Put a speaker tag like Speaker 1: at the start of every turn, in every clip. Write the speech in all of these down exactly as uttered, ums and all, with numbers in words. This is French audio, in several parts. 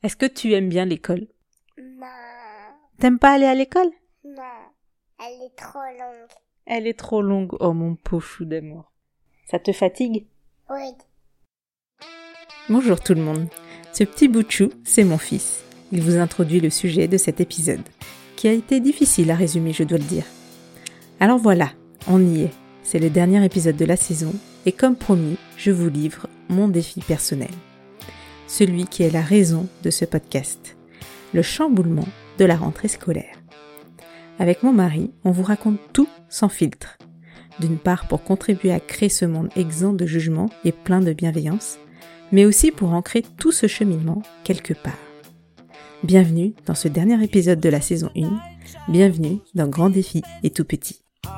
Speaker 1: Est-ce que tu aimes bien l'école?
Speaker 2: Non.
Speaker 1: T'aimes pas aller à l'école?
Speaker 2: Non. Elle est trop longue.
Speaker 1: Elle est trop longue. Oh mon pauvre chou d'amour. Ça te fatigue?
Speaker 2: Oui.
Speaker 1: Bonjour tout le monde. Ce petit bout de chou, c'est mon fils. Il vous introduit le sujet de cet épisode, qui a été difficile à résumer, je dois le dire. Alors voilà, on y est. C'est le dernier épisode de la saison, et comme promis, je vous livre mon défi personnel. Celui qui est la raison de ce podcast. Le chamboulement de la rentrée scolaire. Avec mon mari, on vous raconte tout sans filtre. D'une part pour contribuer à créer ce monde exempt de jugement et plein de bienveillance, mais aussi pour ancrer tout ce cheminement quelque part. Bienvenue dans ce dernier épisode de la saison un. Bienvenue dans Grand Défi et Tout Petit.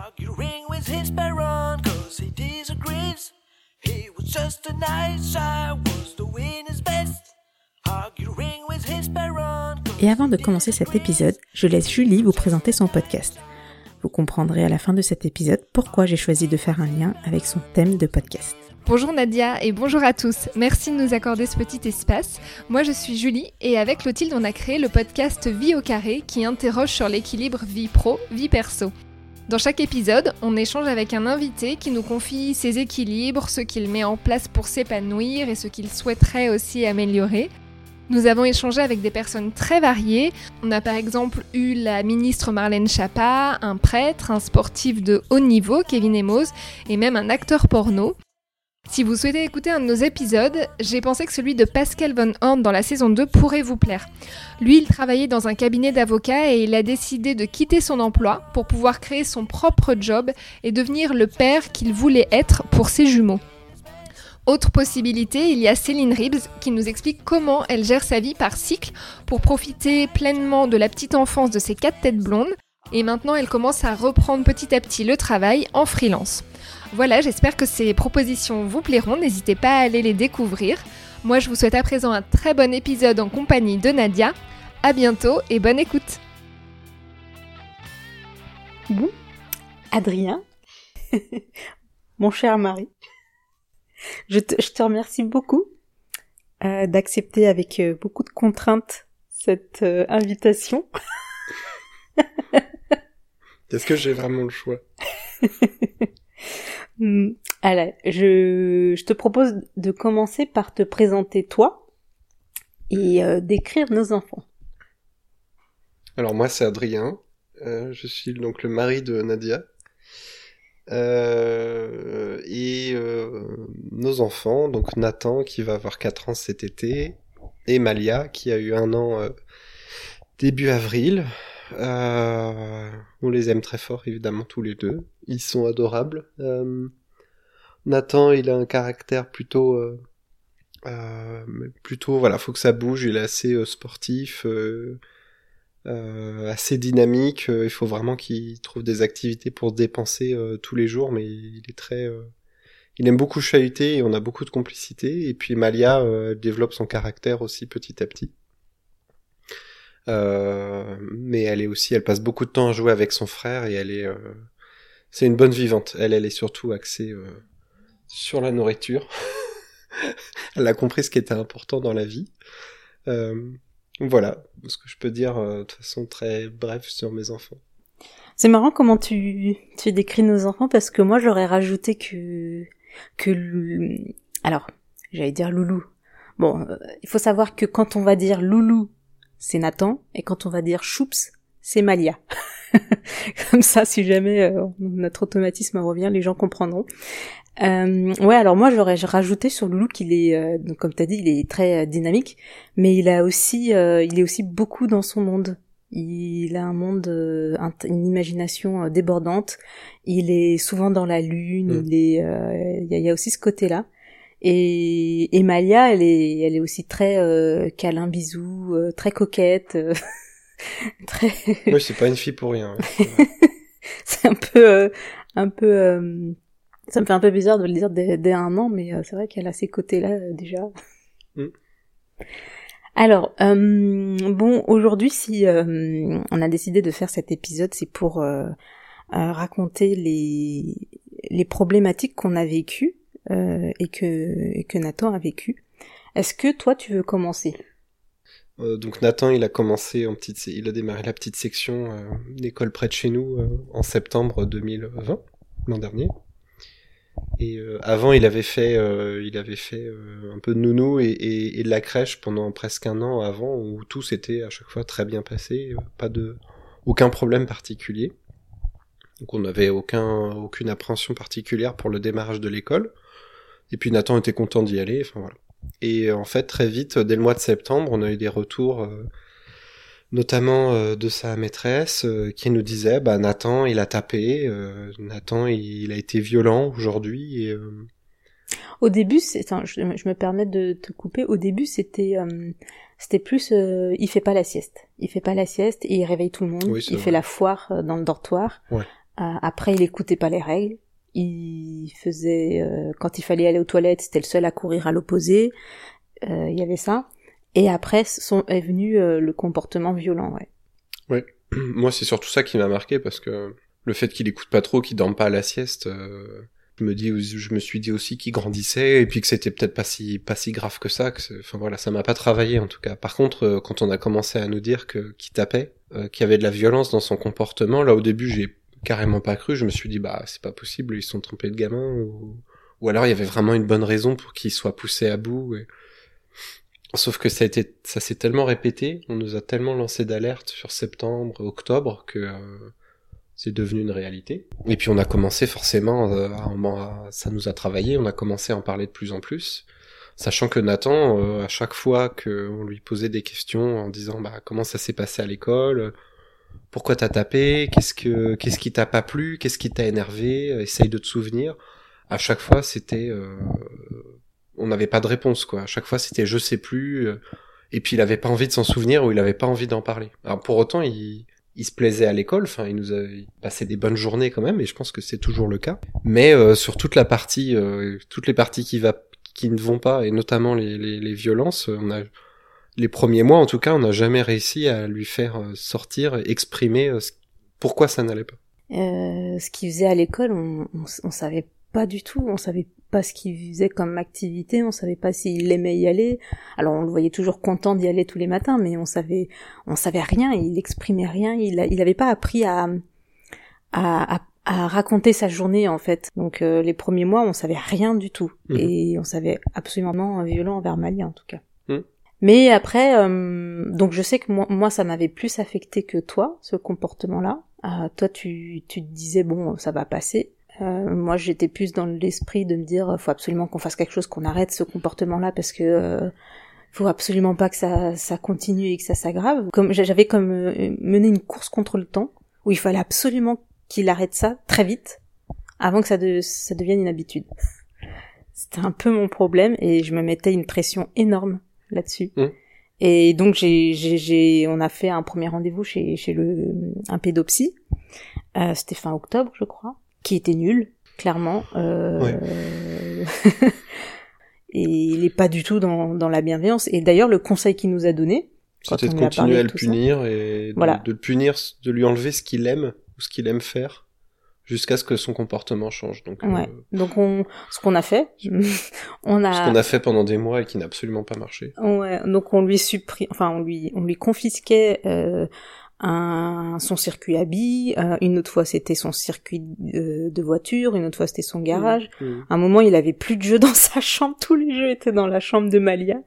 Speaker 1: Et avant de commencer cet épisode, je laisse Julie vous présenter son podcast. Vous comprendrez à la fin de cet épisode pourquoi j'ai choisi de faire un lien avec son thème de podcast.
Speaker 3: Bonjour Nadia et bonjour à tous. Merci de nous accorder ce petit espace. Moi je suis Julie et avec Clotilde on a créé le podcast Vie au carré qui interroge sur l'équilibre vie pro, vie perso. Dans chaque épisode, on échange avec un invité qui nous confie ses équilibres, ce qu'il met en place pour s'épanouir et ce qu'il souhaiterait aussi améliorer. Nous avons échangé avec des personnes très variées. On a par exemple eu la ministre Marlène Schiappa, un prêtre, un sportif de haut niveau, Kevin Emos, et même un acteur porno. Si vous souhaitez écouter un de nos épisodes, j'ai pensé que celui de Pascal Von Horn dans la saison deux pourrait vous plaire. Lui, il travaillait dans un cabinet d'avocats et il a décidé de quitter son emploi pour pouvoir créer son propre job et devenir le père qu'il voulait être pour ses jumeaux. Autre possibilité, il y a Céline Ribs qui nous explique comment elle gère sa vie par cycle pour profiter pleinement de la petite enfance de ses quatre têtes blondes. Et maintenant, elle commence à reprendre petit à petit le travail en freelance. Voilà, j'espère que ces propositions vous plairont, n'hésitez pas à aller les découvrir. Moi, je vous souhaite à présent un très bon épisode en compagnie de Nadia. À bientôt et bonne écoute.
Speaker 1: Bon, Adrien, mon cher mari, je te, je te remercie beaucoup euh, d'accepter avec euh, beaucoup de contraintes cette euh, invitation.
Speaker 4: Est-ce que j'ai vraiment le choix?
Speaker 1: Allez, je, je te propose de commencer par te présenter toi et euh, décrire nos enfants.
Speaker 4: Alors moi c'est Adrien, euh, je suis donc le mari de Nadia euh, et euh, nos enfants, donc Nathan qui va avoir quatre ans cet été et Malia qui a eu un an euh, début avril. Euh, on les aime très fort évidemment tous les deux, ils sont adorables. euh, Nathan il a un caractère plutôt euh, euh, plutôt voilà, faut que ça bouge, il est assez euh, sportif, euh, euh, assez dynamique, euh, il faut vraiment qu'il trouve des activités pour se dépenser euh, tous les jours, mais il est très euh, il aime beaucoup chahuter et on a beaucoup de complicité. Et puis Malia euh, développe son caractère aussi petit à petit. Euh, mais elle est aussi, elle passe beaucoup de temps à jouer avec son frère et elle est, euh, c'est une bonne vivante. Elle, elle est surtout axée euh, sur la nourriture. Elle a compris ce qui était important dans la vie. Euh, voilà ce que je peux dire euh, de façon très brève sur mes enfants.
Speaker 1: C'est marrant comment tu tu décris nos enfants parce que moi j'aurais rajouté que que alors j'allais dire loulou. Bon, euh, il faut savoir que quand on va dire loulou c'est Nathan, et quand on va dire choups, c'est Malia. Comme ça, si jamais euh, notre automatisme revient, les gens comprendront. Euh, ouais, alors moi, j'aurais rajouté sur Loulou qu'il est, euh, donc, comme t'as dit, il est très euh, dynamique, mais il a aussi, euh, il est aussi beaucoup dans son monde. Il a un monde, euh, une imagination euh, débordante. Il est souvent dans la lune. Mmh. Il est, euh, il y, a, il y a aussi ce côté-là. Et, et Malia, elle est, elle est aussi très euh, câlin, bisou, euh, très coquette, euh, très.
Speaker 4: Oui, c'est pas une fille pour rien. Ouais.
Speaker 1: C'est un peu, euh, un peu, euh, ça me fait un peu bizarre de le dire dès, dès un an, mais euh, c'est vrai qu'elle a ces côtés-là euh, déjà. Mm. Alors, euh, bon, aujourd'hui, si euh, on a décidé de faire cet épisode, c'est pour euh, euh, raconter les les problématiques qu'on a vécues. Euh, et que et que Nathan a vécu. Est-ce que toi tu veux commencer?
Speaker 4: Euh, donc Nathan, il a commencé en petite, il a démarré la petite section, euh, une école près de chez nous, euh, en septembre deux mille vingt, l'an dernier. Et euh, avant, il avait fait, euh, il avait fait euh, un peu de nounou et, et, et de la crèche pendant presque un an avant, où tout s'était à chaque fois très bien passé, euh, pas de, aucun problème particulier. Donc on n'avait aucun, aucune appréhension particulière pour le démarrage de l'école. Et puis Nathan était content d'y aller. Enfin voilà. Et en fait, très vite, dès le mois de septembre, on a eu des retours, euh, notamment euh, de sa maîtresse, euh, qui nous disait, bah Nathan, il a tapé, euh, Nathan, il, il a été violent aujourd'hui. Et, euh...
Speaker 1: Au début, c'est, attends, je, je me permets de te couper. Au début, c'était, euh, c'était plus, euh, il fait pas la sieste, il fait pas la sieste et il réveille tout le monde.
Speaker 4: Oui,
Speaker 1: il
Speaker 4: vrai.
Speaker 1: fait la foire euh, dans le dortoir.
Speaker 4: Ouais.
Speaker 1: Euh, après, il écoutait pas les règles. Il faisait, euh, quand il fallait aller aux toilettes, c'était le seul à courir à l'opposé. Euh, il y avait ça. Et après, son, est venu euh, le comportement violent, ouais.
Speaker 4: Ouais. Moi, c'est surtout ça qui m'a marqué, parce que le fait qu'il écoute pas trop, qu'il dorme pas à la sieste, euh, je me dis, je me suis dit aussi qu'il grandissait, et puis que c'était peut-être pas si, pas si grave que ça, que c'est, enfin voilà, ça m'a pas travaillé, en tout cas. Par contre, euh, quand on a commencé à nous dire que, qu'il tapait, euh, qu'il y avait de la violence dans son comportement, là, au début, j'ai carrément pas cru, je me suis dit, bah, c'est pas possible, ils se sont trompés de gamin, ou, ou alors il y avait vraiment une bonne raison pour qu'il soit poussé à bout, et... Sauf que ça a été, ça s'est tellement répété, on nous a tellement lancé d'alerte sur septembre, octobre, que euh, c'est devenu une réalité. Et puis on a commencé forcément, euh, à, à, ça nous a travaillé, on a commencé à en parler de plus en plus, sachant que Nathan, euh, à chaque fois qu'on lui posait des questions en disant bah comment ça s'est passé à l'école, pourquoi t'as tapé, qu'est-ce que qu'est-ce qui t'a pas plu, qu'est-ce qui t'a énervé, essaye de te souvenir, à chaque fois c'était euh, on n'avait pas de réponse, quoi. À chaque fois, c'était je sais plus, euh, et puis il avait pas envie de s'en souvenir ou il avait pas envie d'en parler. Alors pour autant, il, il se plaisait à l'école, enfin, il nous a il passait des bonnes journées quand même, et je pense que c'est toujours le cas. Mais euh, sur toute la partie, euh, toutes les parties qui va, qui ne vont pas, et notamment les, les, les violences, on a les premiers mois, en tout cas, on n'a jamais réussi à lui faire sortir, exprimer euh, pourquoi ça n'allait pas.
Speaker 1: Euh, ce qu'il faisait à l'école, on, on, on savait pas du tout, on savait pas ce qu'il faisait comme activité, on savait pas s'il aimait y aller. Alors on le voyait toujours content d'y aller tous les matins, mais on savait, on savait rien, il exprimait rien, il, a, il avait pas appris à, à, à, à raconter sa journée en fait. Donc euh, les premiers mois, on savait rien du tout, mmh. et on savait absolument violent envers Malia en tout cas. Mmh. Mais après, euh, donc je sais que moi, moi ça m'avait plus affecté que toi, ce comportement-là. Euh, toi tu, tu te disais bon, ça va passer. Euh, moi j'étais plus dans l'esprit de me dire faut absolument qu'on fasse quelque chose, qu'on arrête ce comportement-là parce que euh, faut absolument pas que ça ça continue et que ça s'aggrave. Comme j'avais comme euh, mené une course contre le temps où il fallait absolument qu'il arrête ça très vite avant que ça de, ça devienne une habitude. C'était un peu mon problème et je me mettais une pression énorme là-dessus. Mmh. Et donc j'ai j'ai j'ai on a fait un premier rendez-vous chez chez le un pédopsie. Euh, c'était fin octobre je crois. Qui était nul, clairement. Euh... Ouais. Et il est pas du tout dans, dans la bienveillance. Et d'ailleurs, le conseil qu'il nous a donné,
Speaker 4: c'était de continuer à le punir ça, et de, voilà. de le punir, de lui enlever ce qu'il aime ou ce qu'il aime faire, jusqu'à ce que son comportement change. Donc,
Speaker 1: ouais. euh... donc on, ce qu'on a fait, on a.
Speaker 4: Ce qu'on a fait pendant des mois et qui n'a absolument pas marché.
Speaker 1: Ouais. Donc on lui supprime, enfin on lui, on lui confisquait. Euh... Un, son circuit à billes, euh, une autre fois c'était son circuit de, de voiture, une autre fois c'était son garage. Mmh, mmh. À un moment il avait plus de jeux dans sa chambre, tous les jeux étaient dans la chambre de Malia.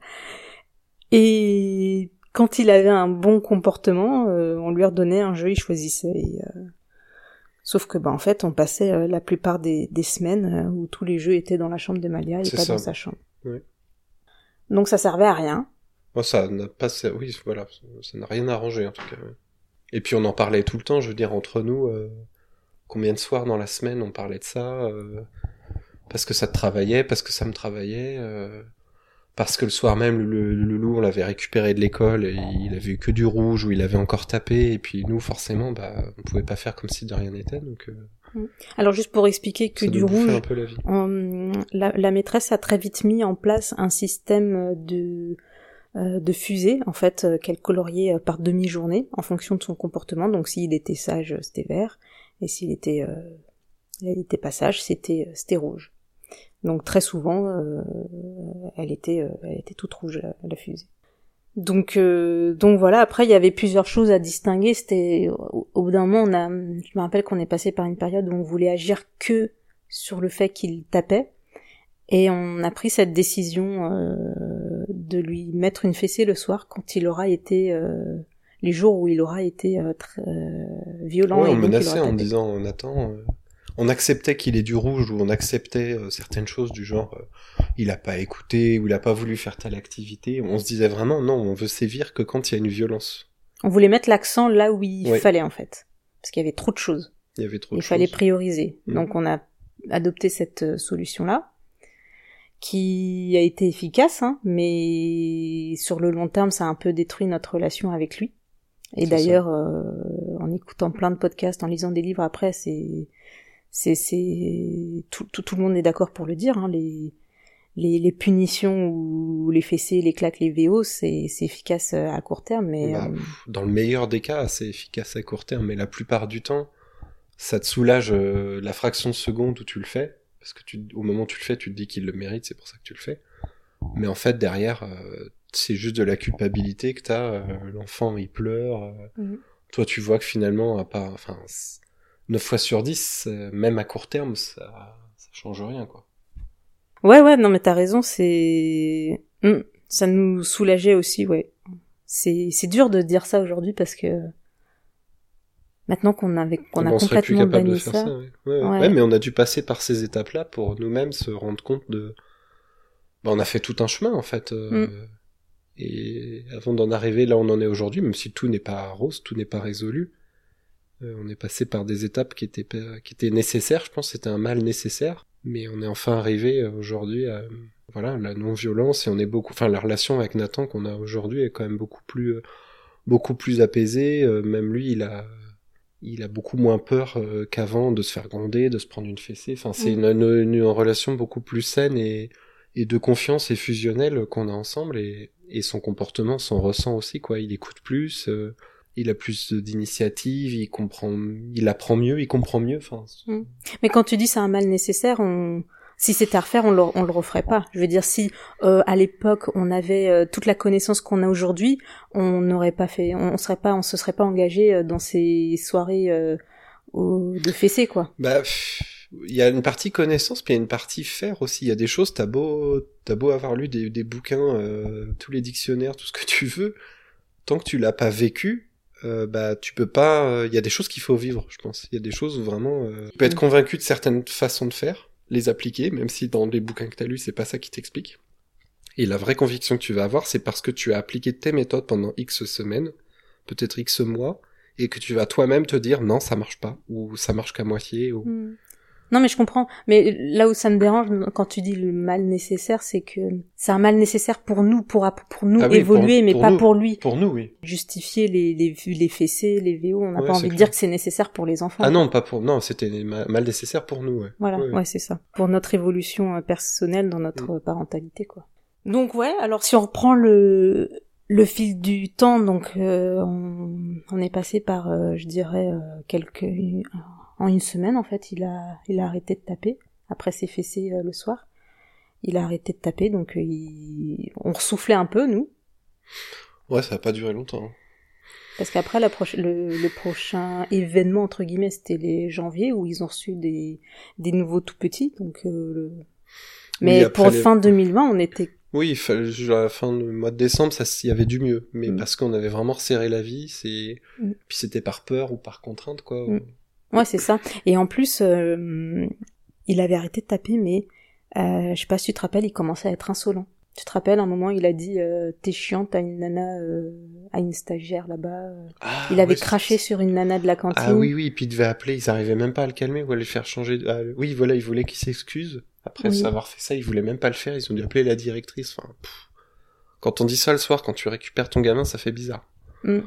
Speaker 1: Et quand il avait un bon comportement, euh, on lui redonnait un jeu, il choisissait. Et, euh... Sauf que bah en fait on passait euh, la plupart des, des semaines euh, où tous les jeux étaient dans la chambre de Malia et
Speaker 4: C'est
Speaker 1: pas
Speaker 4: ça.
Speaker 1: dans sa chambre.
Speaker 4: Ouais.
Speaker 1: Donc ça servait à rien.
Speaker 4: Bon, ça n'a pas, oui voilà, ça n'a rien arrangé en tout cas. Ouais. Et puis on en parlait tout le temps, je veux dire, entre nous, euh, combien de soirs dans la semaine on parlait de ça, euh, parce que ça te travaillait, parce que ça me travaillait, euh, parce que le soir même, le, le loulou, on l'avait récupéré de l'école, et il avait eu que du rouge, ou il avait encore tapé, et puis nous, forcément, bah, on pouvait pas faire comme si de rien n'était, donc... Euh,
Speaker 1: Alors juste pour expliquer que du rouge,
Speaker 4: un peu la, vie.
Speaker 1: On, la, la maîtresse a très vite mis en place un système de... de fusée, en fait, qu'elle coloriait par demi-journée en fonction de son comportement. Donc s'il était sage, c'était vert, et s'il était, euh, il était pas sage, c'était, c'était rouge. Donc très souvent, euh, elle était, euh, elle était toute rouge la, la fusée. Donc, euh, donc voilà. Après, il y avait plusieurs choses à distinguer. C'était au, au bout d'un moment, on a, je me rappelle qu'on est passé par une période où on voulait agir que sur le fait qu'il tapait, et on a pris cette décision euh, de lui mettre une fessée le soir quand il aura été, euh, les jours où il aura été euh, très euh, violent.
Speaker 4: Ouais,
Speaker 1: et
Speaker 4: on
Speaker 1: donc il
Speaker 4: menaçait
Speaker 1: aura
Speaker 4: en
Speaker 1: tapé.
Speaker 4: disant Nathan, euh, on acceptait qu'il ait du rouge, ou on acceptait euh, certaines choses du genre euh, il a pas écouté, ou il a pas voulu faire telle activité. On se disait vraiment non, on veut sévir que quand il y a une violence.
Speaker 1: On voulait mettre l'accent là où il
Speaker 4: Ouais.
Speaker 1: fallait en fait, parce qu'il y avait trop de choses.
Speaker 4: Il y avait trop
Speaker 1: Il
Speaker 4: de
Speaker 1: fallait
Speaker 4: choses.
Speaker 1: prioriser.
Speaker 4: Mhm.
Speaker 1: Donc on a adopté cette euh, solution-là, qui a été efficace, hein, mais sur le long terme, ça a un peu détruit notre relation avec lui. Et
Speaker 4: C'est
Speaker 1: d'ailleurs, euh, en écoutant plein de podcasts, en lisant des livres après, c'est, c'est, c'est tout, tout, tout le monde est d'accord pour le dire. Hein, les, les, les punitions ou les fessées, les claques, les V O, c'est, c'est efficace à court terme, mais
Speaker 4: Bah,
Speaker 1: euh,
Speaker 4: pff, dans le meilleur des cas, c'est efficace à court terme, mais la plupart du temps, ça te soulage euh, la fraction de seconde où tu le fais, parce que tu, au moment où tu le fais, tu te dis qu'il le mérite, c'est pour ça que tu le fais. Mais en fait, derrière, euh, c'est juste de la culpabilité que t'as. Euh, l'enfant, il pleure. Euh,
Speaker 1: Mhm.
Speaker 4: Toi, tu vois que finalement, à part, enfin, neuf fois sur dix, euh, même à court terme, ça, ça change rien, quoi.
Speaker 1: ouais, ouais, non, mais t'as raison, c'est, Hum, ça nous soulageait aussi, ouais. C'est, c'est dur de dire ça aujourd'hui parce que maintenant qu'on avait, qu'on a
Speaker 4: on serait plus
Speaker 1: complètement
Speaker 4: capable de
Speaker 1: banni
Speaker 4: faire
Speaker 1: ça.
Speaker 4: ça. Ouais. Ouais,
Speaker 1: Ouais.
Speaker 4: ouais, mais on a dû passer par ces étapes-là pour nous-mêmes se rendre compte de. Bah, on a fait tout un chemin en fait, euh,
Speaker 1: Mm.
Speaker 4: et avant d'en arriver là où on en est aujourd'hui, même si tout n'est pas rose, tout n'est pas résolu, euh, on est passé par des étapes qui étaient pas- qui étaient nécessaires. Je pense que c'était un mal nécessaire, mais on est enfin arrivé euh, aujourd'hui à voilà la non-violence, et on est beaucoup. Enfin, la relation avec Nathan qu'on a aujourd'hui est quand même beaucoup plus euh, beaucoup plus apaisée. Euh, même lui, il a il a beaucoup moins peur euh, qu'avant de se faire gronder, de se prendre une fessée. Enfin, c'est
Speaker 1: Mm.
Speaker 4: une, une, une relation beaucoup plus saine et, et de confiance et fusionnelle qu'on a ensemble, et, et son comportement s'en ressent aussi, quoi. Il écoute plus, euh, il a plus d'initiative, il comprend, il apprend mieux, il comprend mieux. Enfin,
Speaker 1: Mais quand tu dis c'est un mal nécessaire, on, si c'était à refaire, on le, on le referait pas. Je veux dire, si euh, à l'époque on avait euh, toute la connaissance qu'on a aujourd'hui, on n'aurait pas fait, on, on serait pas, on se serait pas engagé euh, dans ces soirées euh, au- de fessées, quoi.
Speaker 4: bah, pff, il y a une partie connaissance, puis il y a une partie faire aussi. Il y a des choses, t'as beau, t'as beau avoir lu des, des bouquins, euh, tous les dictionnaires, tout ce que tu veux, tant que tu l'as pas vécu, euh, bah tu peux pas. Il y a des choses qu'il faut vivre, je pense. Il y a des choses où vraiment, euh, tu peux être convaincu de certaines façons de faire, les appliquer, même si dans les bouquins que t'as lus, c'est pas ça qui t'explique. Et la vraie conviction que tu vas avoir, c'est parce que tu as appliqué tes méthodes pendant X semaines, peut-être X mois, et que tu vas toi-même te dire non, ça marche pas, ou ça marche qu'à moitié, ou.
Speaker 1: Mm. Non, mais je comprends. Mais là où ça me dérange quand tu dis le mal nécessaire, c'est que c'est un mal nécessaire pour nous, pour pour nous
Speaker 4: Ah oui,
Speaker 1: évoluer,
Speaker 4: pour-
Speaker 1: mais
Speaker 4: pour
Speaker 1: pas
Speaker 4: nous.
Speaker 1: pour lui.
Speaker 4: Pour nous, oui.
Speaker 1: Justifier les les les fessées, les V O, on n'a
Speaker 4: Ouais,
Speaker 1: pas
Speaker 4: c'est
Speaker 1: envie de
Speaker 4: clair.
Speaker 1: dire que c'est nécessaire pour les enfants.
Speaker 4: Ah non, pas pour. Non, c'était ma- mal nécessaire pour nous, ouais.
Speaker 1: Voilà,
Speaker 4: Ouais,
Speaker 1: ouais, c'est ça. Pour notre évolution euh, personnelle dans notre
Speaker 4: Mm.
Speaker 1: euh, parentalité, quoi. Donc ouais, alors si on reprend le le fil du temps, donc euh, on, on est passé par, euh, je dirais, euh, quelques en une semaine en fait, il a il a arrêté de taper après ses fessées euh, le soir. Il a arrêté de taper, donc euh, il... on ressoufflait un peu nous,
Speaker 4: Ouais, ça a pas duré longtemps. hein.
Speaker 1: parce qu'après la proche... le, le prochain événement entre guillemets, c'était les janvier où ils ont reçu des des nouveaux tout petits, donc. Euh, le... Mais
Speaker 4: après
Speaker 1: pour
Speaker 4: les-
Speaker 1: fin deux mille vingt, on était
Speaker 4: Oui, il fallait, à la fin du mois de décembre, ça, il y avait du mieux. Mais
Speaker 1: Mm.
Speaker 4: parce qu'on avait vraiment resserré la vie, c'est,
Speaker 1: Mm.
Speaker 4: puis c'était par peur ou par contrainte, quoi.
Speaker 1: Mm. Ouais, c'est ça. Et en plus, euh, il avait arrêté de taper, mais euh, je sais pas si tu te rappelles, il commençait à être insolent. Tu te rappelles, à un moment, il a dit euh, « T'es chiante à une nana, euh, à une stagiaire là-bas. euh.
Speaker 4: Ah,
Speaker 1: Il avait
Speaker 4: ouais,
Speaker 1: craché
Speaker 4: c'est-
Speaker 1: sur une nana de la cantine.
Speaker 4: Ah oui, oui, puis il devait appeler, ils arrivaient même pas à le calmer ou à le faire changer. de- ah, oui, voilà, il voulait qu'il s'excuse. Après
Speaker 1: Oui.
Speaker 4: avoir fait ça, il voulait même pas le faire, ils ont dû appeler la directrice. Enfin, pff. Quand on dit ça le soir, quand tu récupères ton gamin, ça fait bizarre.
Speaker 1: Mm.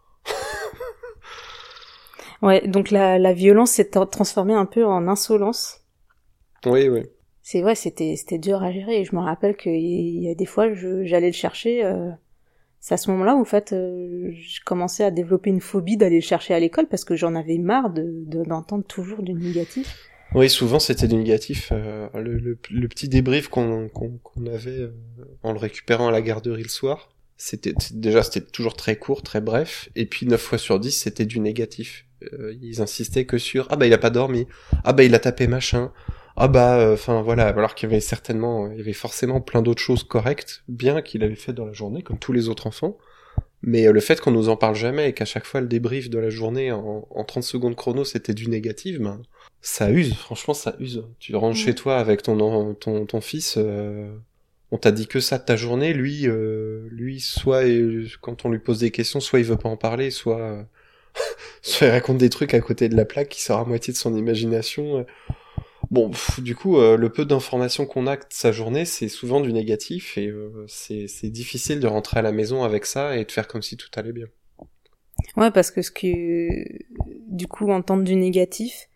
Speaker 1: Ouais, donc la, la violence s'est tra- transformée un peu en insolence.
Speaker 4: Oui, oui.
Speaker 1: C'est vrai, c'était c'était dur à gérer. Et je me rappelle qu'il y a des fois, je, j'allais le chercher. Euh, c'est à ce moment-là où, en fait, euh, je commençais à développer une phobie d'aller le chercher à l'école parce que j'en avais marre de, de d'entendre toujours du négatif.
Speaker 4: Oui, souvent c'était du négatif. Euh, le, le, le petit débrief qu'on qu'on, qu'on avait euh, en le récupérant à la garderie le soir, c'était déjà c'était toujours très court, très bref, et puis neuf fois sur dix c'était du négatif. Euh, ils insistaient que sur ah bah il a pas dormi, ah bah il a tapé machin, ah bah enfin euh, voilà, alors qu'il y avait certainement il y avait forcément plein d'autres choses correctes, bien qu'il avait fait dans la journée comme tous les autres enfants. Mais euh, le fait qu'on nous en parle jamais et qu'à chaque fois le débrief de la journée en, en trente secondes chrono c'était du négatif, ben ça use, franchement ça use. Tu rentres mmh. chez toi avec ton ton ton fils, euh, on t'a dit que ça de ta journée, lui euh, lui soit euh, quand on lui pose des questions, soit il veut pas en parler, soit euh, soit il raconte des trucs à côté de la plaque qui sort à moitié de son imagination. Euh. Bon, pff, du coup, euh, le peu d'informations qu'on a de sa journée, c'est souvent du négatif, et euh, c'est, c'est difficile de rentrer à la maison avec ça et de faire comme si tout allait bien.
Speaker 1: Ouais, parce que ce que, du coup, entendre du négatif,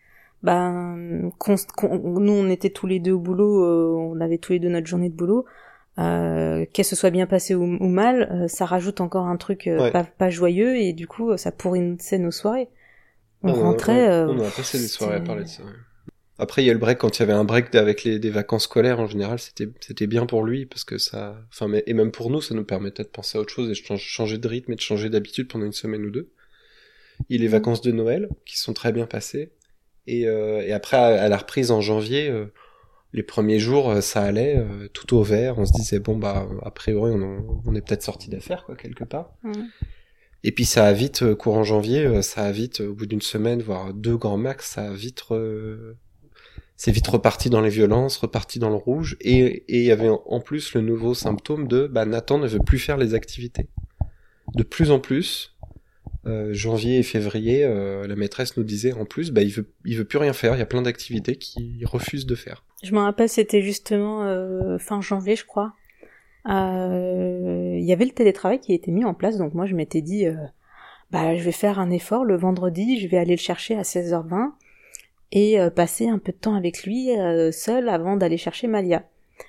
Speaker 1: ben, qu'on, qu'on, nous, on était tous les deux au boulot, euh, on avait tous les deux notre journée de boulot, euh, qu'elle se soit bien passée ou, ou mal, euh, ça rajoute encore un truc euh, ouais. pas, pas joyeux, et du coup, ça pourrissait nos soirées. On ah, rentrait...
Speaker 4: On, on, on a passé des soirées à parler de ça, ouais. Après, il y a le break, quand il y avait un break avec les, des vacances scolaires, en général, c'était, c'était bien pour lui, parce que ça, enfin, mais, et même pour nous, ça nous permettait de penser à autre chose et de changer de rythme et de changer d'habitude pendant une semaine ou deux. Il y a les vacances de Noël, qui sont très bien passées. Et, euh, et après, à, à la reprise en janvier, euh, les premiers jours, ça allait, euh, tout au vert. On se disait, bon, bah, a priori, on, on est peut-être sorti d'affaires, quoi, quelque part. Mmh. Et puis, ça a vite, euh, courant janvier, ça a vite, au bout d'une semaine, voire deux grands max, ça a vite, euh, c'est vite reparti dans les violences, reparti dans le rouge, et il y avait en plus le nouveau symptôme de bah, Nathan ne veut plus faire les activités. De plus en plus, euh, janvier et février, euh, la maîtresse nous disait en plus, bah il veut, il veut plus rien faire. Il y a plein d'activités qu'il refuse de faire.
Speaker 1: Je me rappelle, c'était justement euh, fin janvier, je crois. Il euh, y avait le télétravail qui était mis en place, donc moi je m'étais dit, euh, bah je vais faire un effort le vendredi, je vais aller le chercher à seize heures vingt. Et euh, passer un peu de temps avec lui euh, seul avant d'aller chercher Malia.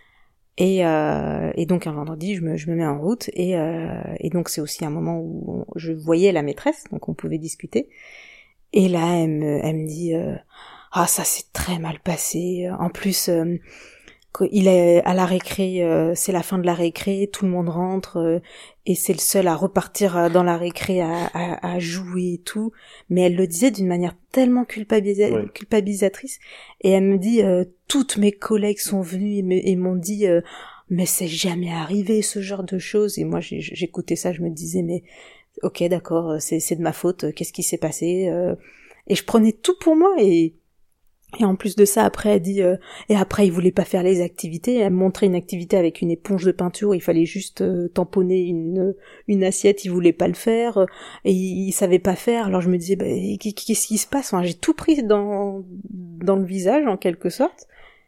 Speaker 1: Et, euh, et donc un vendredi, je me, je me mets en route, et, euh, et donc c'est aussi un moment où on, je voyais la maîtresse, donc on pouvait discuter. Et là, elle me, elle me dit euh, « Ah, ça s'est très mal passé. En plus, euh, il est à la récré, euh, c'est la fin de la récré, tout le monde rentre, euh, et c'est le seul à repartir dans la récré à, à, à jouer et tout. » Mais elle le disait d'une manière tellement culpabilisa- ouais. culpabilisatrice. Et elle me dit euh, « Toutes mes collègues sont venues et, me, et m'ont dit euh, « Mais c'est jamais arrivé ce genre de choses. » Et moi j'ai, j'écoutais ça, je me disais « Mais ok, d'accord, c'est, c'est de ma faute, qu'est-ce qui s'est passé euh... ?» Et je prenais tout pour moi, et... Et en plus de ça, après, elle dit, euh, et après, il voulait pas faire les activités. Elle me montrait une activité avec une éponge de peinture. Il fallait juste euh, tamponner une une assiette. Il voulait pas le faire, et il, il savait pas faire. Alors je me disais, bah, qu'est-ce qui se passe? Enfin, j'ai tout pris dans dans le visage, en quelque sorte.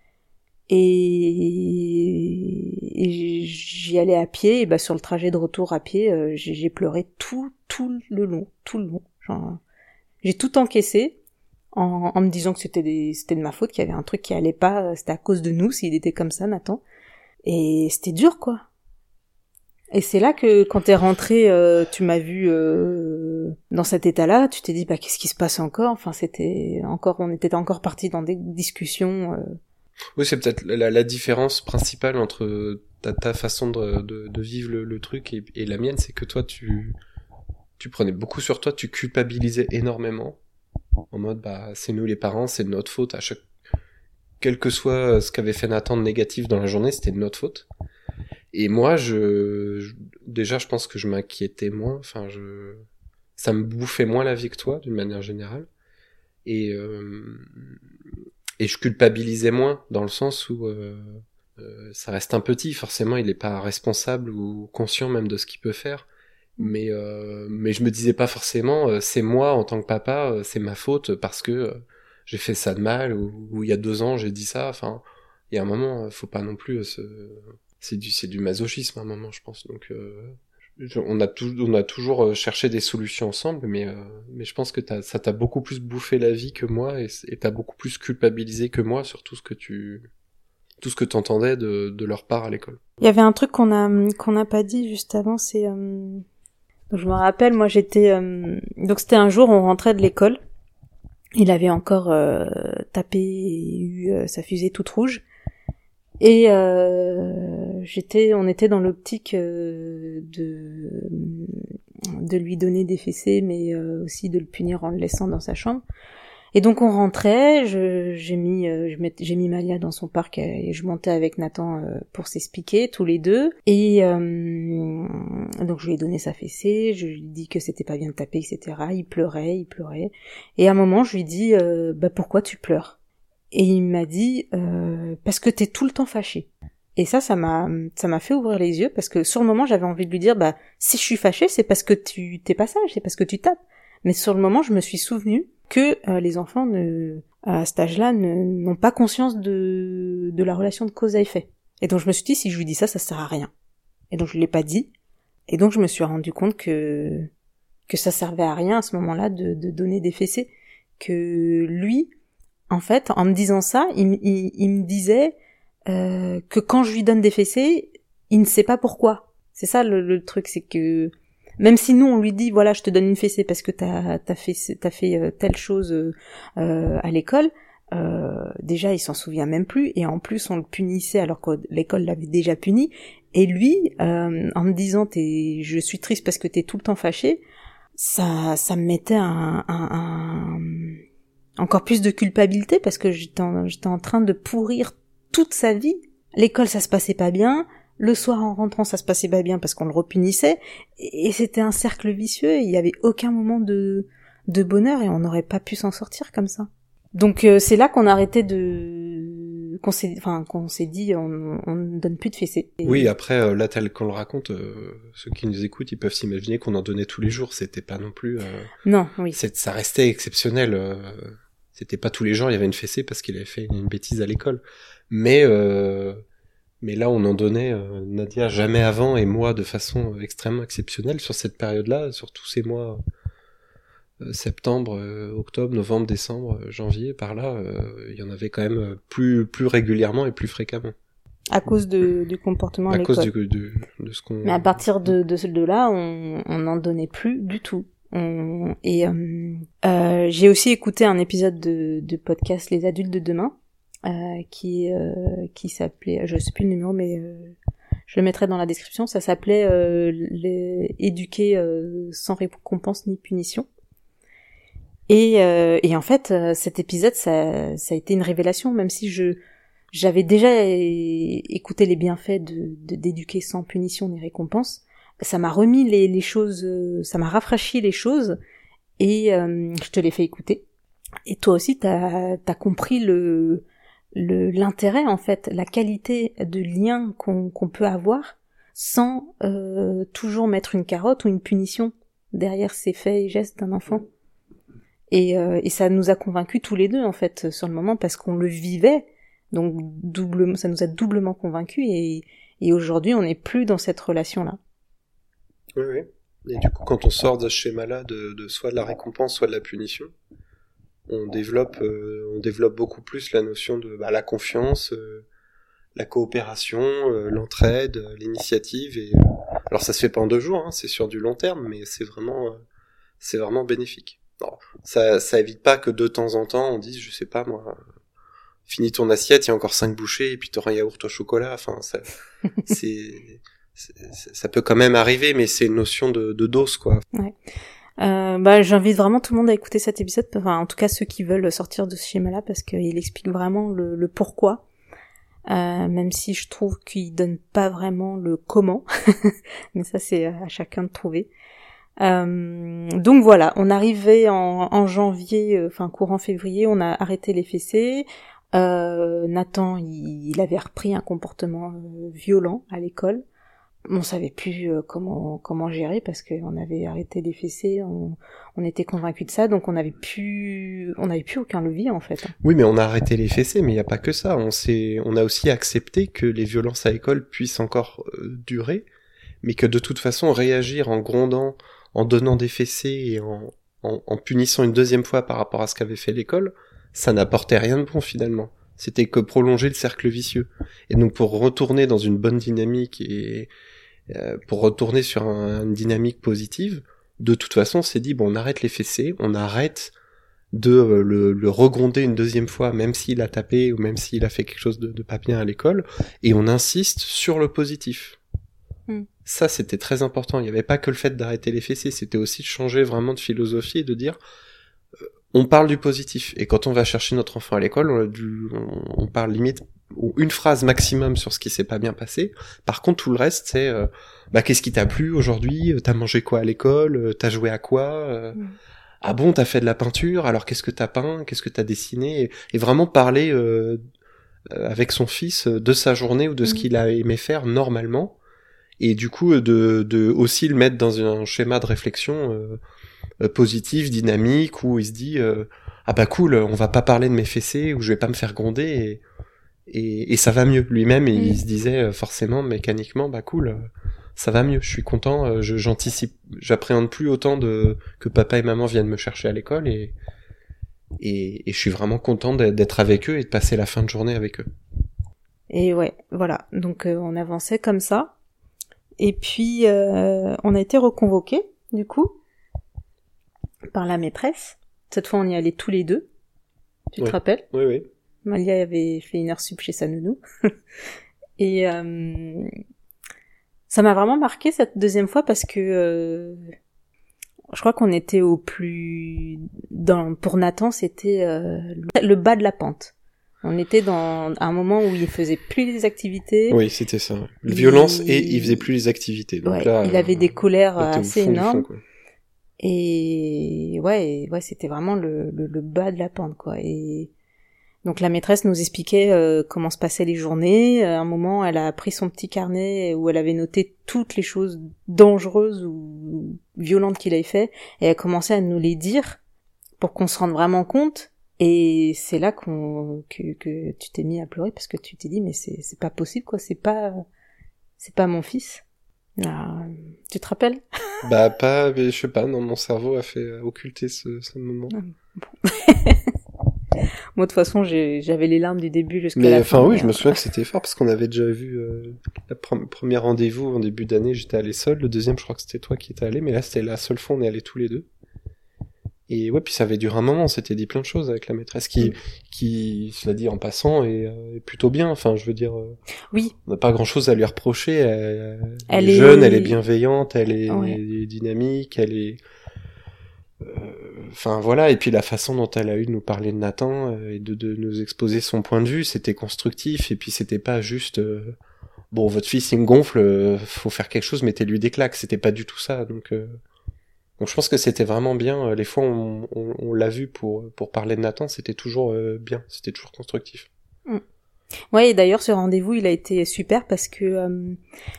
Speaker 1: Et, et j'y allais à pied. Et bah sur le trajet de retour à pied, euh, j'ai, j'ai pleuré tout tout le long, tout le long. Genre, j'ai tout encaissé. En, en me disant que c'était, des, c'était de ma faute, qu'il y avait un truc qui allait pas, c'était à cause de nous, s'il était comme ça, Nathan. Et c'était dur, quoi. Et c'est là que, quand t'es rentré, euh, tu m'as vu euh, dans cet état-là, tu t'es dit, bah, qu'est-ce qui se passe encore? Enfin, c'était encore, on était encore partis dans des discussions. Euh...
Speaker 4: Oui, c'est peut-être la, la différence principale entre ta, ta façon de, de, de vivre le, le truc et, et la mienne, c'est que toi, tu, tu prenais beaucoup sur toi, tu culpabilisais énormément. En mode, bah, c'est nous les parents, c'est de notre faute. À chaque, quel que soit ce qu'avait fait Nathan de négatif dans la journée, c'était de notre faute. Et moi, je, je déjà, je pense que je m'inquiétais moins. Enfin, je, ça me bouffait moins la vie que toi, d'une manière générale. Et euh, et je culpabilisais moins dans le sens où euh, euh, ça reste un petit. Forcément, il est pas responsable ou conscient même de ce qu'il peut faire. Mais euh, mais je me disais pas forcément euh, c'est moi en tant que papa, euh, c'est ma faute parce que euh, j'ai fait ça de mal, ou, ou il y a deux ans j'ai dit ça. Enfin, il y a un moment, faut pas non plus euh, se... c'est du c'est du masochisme à un moment, je pense. Donc euh, je, on a tout, on a toujours cherché des solutions ensemble, mais euh, mais je pense que t'as, ça t'a beaucoup plus bouffé la vie que moi, et, et t'as beaucoup plus culpabilisé que moi sur tout ce que tu tout ce que t'entendais de de leur part à l'école.
Speaker 1: Il y avait un truc qu'on a qu'on n'a pas dit juste avant, c'est euh... je me rappelle, moi j'étais... Euh... Donc c'était un jour, on rentrait de l'école. Il avait encore euh, tapé et eu euh, sa fusée toute rouge. Et euh, j'étais, on était dans l'optique euh, de de lui donner des fessées, mais euh, aussi de le punir en le laissant dans sa chambre. Et donc on rentrait, je, j'ai mis, euh, je met, j'ai mis Malia dans son parc et je montais avec Nathan euh, pour s'expliquer tous les deux. Et euh, donc je lui ai donné sa fessée, je lui ai dit que c'était pas bien de taper, et cetera. Il pleurait, il pleurait. Et à un moment je lui ai dit, euh, bah pourquoi tu pleures ? Et il m'a dit, euh, parce que t'es tout le temps fâché. Et ça, ça m'a, ça m'a fait ouvrir les yeux parce que sur le moment j'avais envie de lui dire, bah si je suis fâchée, c'est parce que tu t'es pas sage, c'est parce que tu tapes. Mais sur le moment, je me suis souvenu que euh, les enfants ne, à cet âge-là ne, n'ont pas conscience de, de la relation de cause à effet. Et donc je me suis dit, si je lui dis ça, ça sert à rien. Et donc je l'ai pas dit. Et donc je me suis rendu compte que que ça servait à rien à ce moment-là de, de donner des fessées. Que lui, en fait, en me disant ça, il, il, il me disait euh, que quand je lui donne des fessées, il ne sait pas pourquoi. C'est ça le, le truc, c'est que même si nous on lui dit voilà je te donne une fessée parce que t'as t'as fait t'as fait euh, telle chose euh, à l'école, euh, déjà il s'en souvient même plus et en plus on le punissait alors que l'école l'avait déjà puni et lui euh, en me disant t'es je suis triste parce que t'es tout le temps fâché, ça ça me mettait un, un, un encore plus de culpabilité parce que j'étais en, j'étais en train de pourrir toute sa vie. L'école ça se passait pas bien. Le soir en rentrant, ça se passait pas bien parce qu'on le repunissait, et c'était un cercle vicieux, et il y avait aucun moment de, de bonheur, et on n'aurait pas pu s'en sortir comme ça. Donc euh, c'est là qu'on a arrêté de, qu'on s'est, enfin qu'on s'est dit, on, on ne donne plus de fessées. Et...
Speaker 4: Oui, après euh, là tel qu'on le raconte, euh, ceux qui nous écoutent, ils peuvent s'imaginer qu'on en donnait tous les jours. C'était pas non plus. Euh,
Speaker 1: non, oui.
Speaker 4: C'est, ça restait exceptionnel. Euh, c'était pas tous les jours il y avait une fessée parce qu'il avait fait une, une bêtise à l'école, mais. Euh, Mais là, on en donnait, euh, Nadia, jamais avant, et moi, de façon extrêmement exceptionnelle, sur cette période-là, sur tous ces mois, euh, septembre, euh, octobre, novembre, décembre, euh, janvier, par là, euh, il y en avait quand même plus plus régulièrement et plus fréquemment.
Speaker 1: À cause de, du comportement à, à l'école.
Speaker 4: À cause du, de, de ce qu'on...
Speaker 1: Mais à partir de, de, de là, on on n'en donnait plus du tout. On, et euh, euh, j'ai aussi écouté un épisode de, de podcast Les Adultes de Demain, Euh, qui euh, qui s'appelait, je sais plus le numéro, mais euh, je le mettrai dans la description. Ça s'appelait euh, les éduquer euh, sans récompense ni punition. Et euh, et en fait, euh, cet épisode, ça ça a été une révélation, même si je j'avais déjà é- écouté les bienfaits de, de d'éduquer sans punition ni récompense. Ça m'a remis les les choses, euh, ça m'a rafraîchi les choses, et euh, je te l'ai fait écouter. Et toi aussi, t'as t'as compris le Le, l'intérêt en fait, la qualité de lien qu'on, qu'on peut avoir sans euh, toujours mettre une carotte ou une punition derrière ces faits et gestes d'un enfant. Et, euh, et ça nous a convaincus tous les deux en fait sur le moment parce qu'on le vivait, donc doublement, ça nous a doublement convaincus et, et aujourd'hui on n'est plus dans cette relation-là.
Speaker 4: Oui, oui. Et du coup, quand on sort de ce schéma-là de, de soit de la récompense, soit de la punition, on développe euh, on développe beaucoup plus la notion de bah, la confiance, euh, la coopération, euh, l'entraide, euh, l'initiative et euh... alors ça se fait pas en deux jours, hein, c'est sur du long terme, mais c'est vraiment euh, c'est vraiment bénéfique. Alors, ça ça évite pas que de temps en temps on dise je sais pas moi euh, finis ton assiette, il y a encore cinq bouchées et puis t'auras un yaourt au chocolat, enfin ça c'est, c'est ça peut quand même arriver, mais c'est une notion de de dose quoi.
Speaker 1: Ouais. Euh, bah, j'invite vraiment tout le monde à écouter cet épisode, enfin, en tout cas ceux qui veulent sortir de ce schéma-là, parce qu'il explique vraiment le, le pourquoi, euh, même si je trouve qu'il donne pas vraiment le comment, mais ça c'est à chacun de trouver. Euh, donc voilà, on arrivait en, en janvier, euh, enfin courant février, on a arrêté les fessées. Euh, Nathan, il, il avait repris un comportement euh, violent à l'école. On savait plus euh, comment comment gérer parce qu'on avait arrêté les fessées, on, on était convaincus de ça, donc on avait plus on avait plus aucun levier en fait.
Speaker 4: Oui, mais on a arrêté les fessées, mais il y a pas que ça. On s'est on a aussi accepté que les violences à l'école puissent encore euh, durer, mais que de toute façon réagir en grondant, en donnant des fessées et en en, en punissant une deuxième fois par rapport à ce qu'avait fait l'école, ça n'apportait rien de bon finalement. C'était que prolonger le cercle vicieux. Et donc pour retourner dans une bonne dynamique et euh, pour retourner sur un, une dynamique positive, de toute façon, on s'est dit bon, on arrête les fessées, on arrête de euh, le, le regronder une deuxième fois, même s'il a tapé ou même s'il a fait quelque chose de, de pas bien à l'école, et on insiste sur le positif. Mm. Ça, c'était très important. Il n'y avait pas que le fait d'arrêter les fessées, c'était aussi de changer vraiment de philosophie et de dire euh, on parle du positif. Et quand on va chercher notre enfant à l'école, on, a dû, on, on parle limite une phrase maximum sur ce qui s'est pas bien passé. Par contre, tout le reste, c'est euh, bah qu'est-ce qui t'a plu aujourd'hui ? T'as mangé quoi à l'école ? T'as joué à quoi ? euh, mm. Ah bon, t'as fait de la peinture ? Alors qu'est-ce que t'as peint ? Qu'est-ce que t'as dessiné ? et, et vraiment parler euh, avec son fils de sa journée ou de ce mm. qu'il a aimé faire normalement. Et du coup, de, de aussi le mettre dans un schéma de réflexion euh, positif, dynamique, où il se dit euh, ah bah cool, on va pas parler de mes fessées, ou je vais pas me faire gronder. Et, Et, et ça va mieux. Lui-même, il, mmh. il se disait forcément, mécaniquement, bah cool, ça va mieux. Je suis content. Je, j'anticipe, j'appréhende plus autant de que papa et maman viennent me chercher à l'école et et, et je suis vraiment content d'être avec eux et de passer la fin de journée avec eux.
Speaker 1: Et ouais, voilà. Donc euh, on avançait comme ça. Et puis euh, on a été reconvoqués du coup par la maîtresse. Cette fois, on y allait tous les deux. Tu
Speaker 4: oui.
Speaker 1: te rappelles ?
Speaker 4: Oui, oui.
Speaker 1: Malia avait fait une heure sup chez sa nounou. Et euh, ça m'a vraiment marqué cette deuxième fois parce que euh, je crois qu'on était au plus... Dans, pour Nathan, c'était euh, le bas de la pente. On était dans un moment où il faisait plus les activités.
Speaker 4: Oui, c'était ça. La violence il... et il faisait plus les activités. Donc
Speaker 1: ouais,
Speaker 4: là,
Speaker 1: il avait des colères assez énormes.
Speaker 4: Fond,
Speaker 1: et ouais, et ouais, c'était vraiment le, le, le bas de la pente, quoi. Et donc la maîtresse nous expliquait euh, comment se passaient les journées. À un moment, elle a pris son petit carnet où elle avait noté toutes les choses dangereuses ou violentes qu'il avait fait, et elle a commencé à nous les dire pour qu'on se rende vraiment compte. Et c'est là qu'on que, que tu t'es mis à pleurer parce que tu t'es dit mais c'est c'est pas possible, quoi, c'est pas c'est pas mon fils. Ah, tu te rappelles?
Speaker 4: Bah pas, mais je sais pas, non, mon cerveau a fait occulter ce, ce moment.
Speaker 1: Bon. Moi, de toute façon, j'ai, j'avais les larmes du début jusqu'à
Speaker 4: mais,
Speaker 1: la fin.
Speaker 4: Mais enfin, oui, je me souviens que c'était fort, parce qu'on avait déjà vu euh, le pre- premier rendez-vous en début d'année, j'étais allé seul. Le deuxième, je crois que c'était toi qui étais allé, mais là, c'était la seule fois, on est allés tous les deux. Et ouais, puis ça avait duré un moment, on s'était dit plein de choses avec la maîtresse, qui, mmh. qui cela dit en passant, est, euh, est plutôt bien. Enfin, je veux dire, euh,
Speaker 1: oui.
Speaker 4: On n'a pas grand-chose à lui reprocher. Elle,
Speaker 1: elle
Speaker 4: elle est, est jeune, elle est bienveillante, elle est
Speaker 1: ouais.
Speaker 4: dynamique, elle est... Enfin euh, voilà, et puis la façon dont elle a eu de nous parler de Nathan euh, et de, de nous exposer son point de vue, c'était constructif, et puis c'était pas juste euh, bon, votre fils il me gonfle, euh, faut faire quelque chose, mettez-lui des claques, c'était pas du tout ça. Donc euh, donc je pense que c'était vraiment bien. Les fois où on, on, on l'a vu pour pour parler de Nathan, c'était toujours euh, bien, c'était toujours constructif.
Speaker 1: Mm. Ouais, et d'ailleurs ce rendez-vous il a été super parce que euh,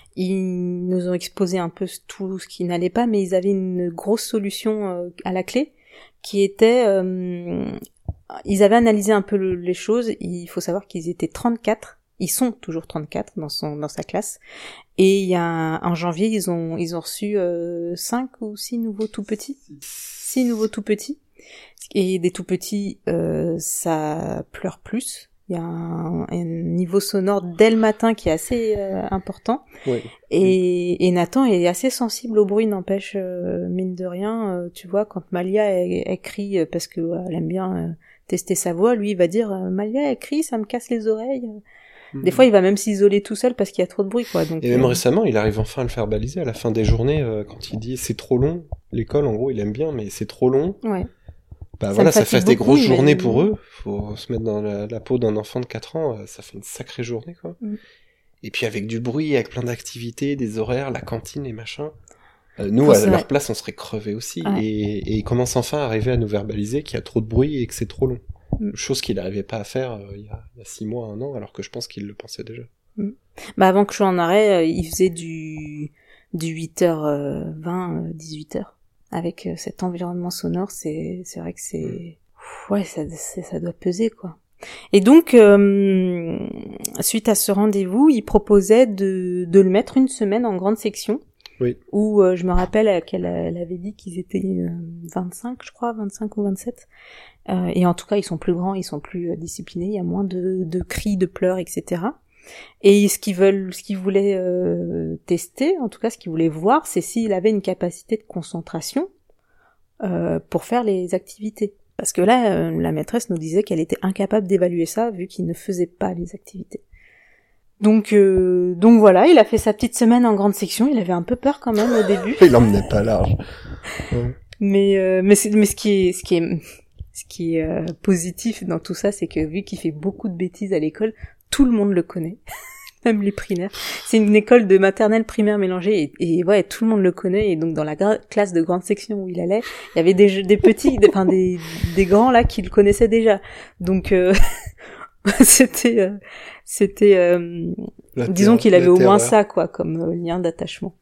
Speaker 1: ils nous ont exposé un peu tout ce qui n'allait pas, mais ils avaient une grosse solution euh, à la clé qui était euh, ils avaient analysé un peu le, les choses. Il faut savoir qu'ils étaient trente-quatre, ils sont toujours trente-quatre dans son dans sa classe, et il y a en janvier ils ont ils ont reçu euh, cinq ou six nouveaux tout petits, six nouveaux tout petits, et des tout petits euh, ça pleure plus. Il y a un, un niveau sonore dès le matin qui est assez euh, important.
Speaker 4: Oui.
Speaker 1: Et, et Nathan est assez sensible au bruit, n'empêche, euh, mine de rien. Euh, tu vois, quand Malia elle, elle crie parce que euh, elle aime bien euh, tester sa voix, lui il va dire euh, Malia elle crie, ça me casse les oreilles. Mmh. Des fois il va même s'isoler tout seul parce qu'il y a trop de bruit, quoi. Donc,
Speaker 4: et même
Speaker 1: euh...
Speaker 4: récemment, il arrive enfin à le faire baliser à la fin des journées euh, quand il dit c'est trop long. L'école, en gros, il aime bien, mais c'est trop long.
Speaker 1: Ouais.
Speaker 4: Bah
Speaker 1: ça
Speaker 4: voilà, ça fait beaucoup, des grosses
Speaker 1: mais...
Speaker 4: journées pour eux. Faut se mettre dans la, la peau d'un enfant de quatre ans, ça fait une sacrée journée, quoi. Mm. Et puis avec du bruit, avec plein d'activités, des horaires, la cantine, les machins. Euh, nous, à leur place, on serait crevés aussi. Ouais. Et, et ils commencent enfin à arriver à nous verbaliser qu'il y a trop de bruit et que c'est trop long. Mm. Chose qu'il n'arrivait pas à faire euh, il, y a, il y a six mois, un an, alors que je pense qu'il le pensait déjà.
Speaker 1: Mm. Bah avant que je sois en arrêt, euh, il faisait du, du huit heures vingt, dix-huit heures. Avec cet environnement sonore, c'est c'est vrai que c'est ouais, ça ça doit peser, quoi. Et donc euh, suite à ce rendez-vous, il proposait de de le mettre une semaine en grande section.
Speaker 4: Oui.
Speaker 1: Où euh, je me rappelle qu'elle elle avait dit qu'ils étaient euh, vingt-cinq, je crois, vingt-cinq ou vingt-sept. Euh, et en tout cas, ils sont plus grands, ils sont plus euh, disciplinés, il y a moins de de cris, de pleurs, et cetera. Et ce qu'ils veulent, ce qu'ils voulaient euh, tester, en tout cas ce qu'ils voulaient voir, c'est s'il avait une capacité de concentration euh, pour faire les activités. Parce que là, euh, la maîtresse nous disait qu'elle était incapable d'évaluer ça vu qu'il ne faisait pas les activités. Donc, euh, donc voilà, il a fait sa petite semaine en grande section. Il avait un peu peur quand même au début.
Speaker 4: Il l'emmenait pas large. Ouais.
Speaker 1: Mais, euh, mais, c'est, mais ce qui est, ce qui est, ce qui est euh, positif dans tout ça, c'est que vu qu'il fait beaucoup de bêtises à l'école, tout le monde le connaît. Même les primaires. C'est une école de maternelle primaire mélangée et, et ouais, tout le monde le connaît. Et donc dans la gra- classe de grande section où il allait, il y avait des, des petits, des, enfin des, des grands là qui le connaissaient déjà. Donc euh, c'était, euh, c'était, euh, disons qu'il avait au moins ça quoi, comme euh, lien d'attachement.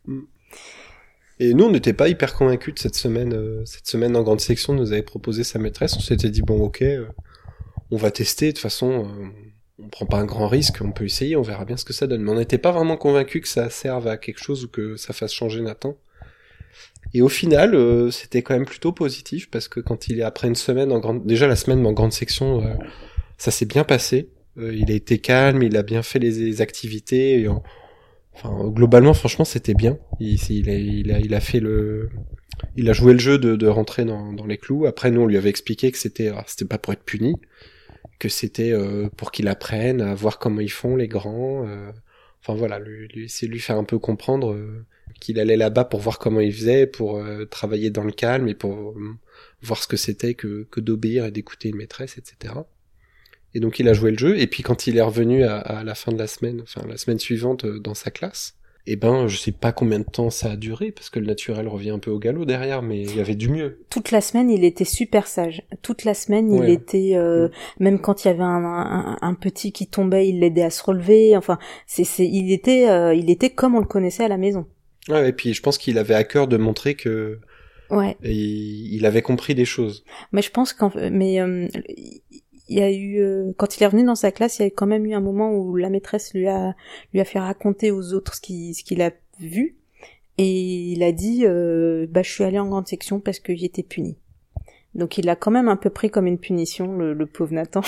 Speaker 4: Et nous, on n'était pas hyper convaincus de cette semaine. Euh, cette semaine en grande section, nous avait proposé sa maîtresse. On s'était dit bon, ok, euh, on va tester. De toute façon. Euh, on prend pas un grand risque, on peut essayer, on verra bien ce que ça donne. Mais on n'était pas vraiment convaincus que ça serve à quelque chose ou que ça fasse changer Nathan. Et au final, euh, c'était quand même plutôt positif parce que quand il est après une semaine en grande, déjà la semaine en grande section, euh, ça s'est bien passé. Euh, il a été calme, il a bien fait les, les activités. Et on... Enfin, globalement, franchement, c'était bien. Il, il, a, il a, il a fait le, il a joué le jeu de, de rentrer dans, dans les clous. Après, nous, on lui avait expliqué que c'était, alors, c'était pas pour être puni. Que c'était euh, pour qu'il apprenne à voir comment ils font les grands. Euh... Enfin voilà, lui, lui, c'est lui faire un peu comprendre euh, qu'il allait là-bas pour voir comment il faisait, pour euh, travailler dans le calme et pour euh, voir ce que c'était que, que d'obéir et d'écouter une maîtresse, et cetera. Et donc il a joué le jeu. Et puis quand il est revenu à, à la fin de la semaine, enfin la semaine suivante euh, dans sa classe, eh ben je sais pas combien de temps ça a duré parce que le naturel revient un peu au galop derrière, mais il y avait du mieux.
Speaker 1: Toute la semaine il était super sage. Toute la semaine il
Speaker 4: ouais.
Speaker 1: était euh, mmh. même quand il y avait un, un, un petit qui tombait, il l'aidait à se relever. Enfin c'est c'est il était euh, il était comme on le connaissait à la maison.
Speaker 4: Ouais et puis je pense qu'il avait à cœur de montrer que
Speaker 1: ouais
Speaker 4: il, il avait compris des choses.
Speaker 1: Mais je pense qu'en mais euh, il y a eu euh, quand il est revenu dans sa classe, il y a quand même eu un moment où la maîtresse lui a lui a fait raconter aux autres ce qu'il ce qu'il a vu et il a dit euh, bah je suis allé en grande section parce que j'étais puni. Donc il l'a quand même un peu pris comme une punition le, le pauvre Nathan.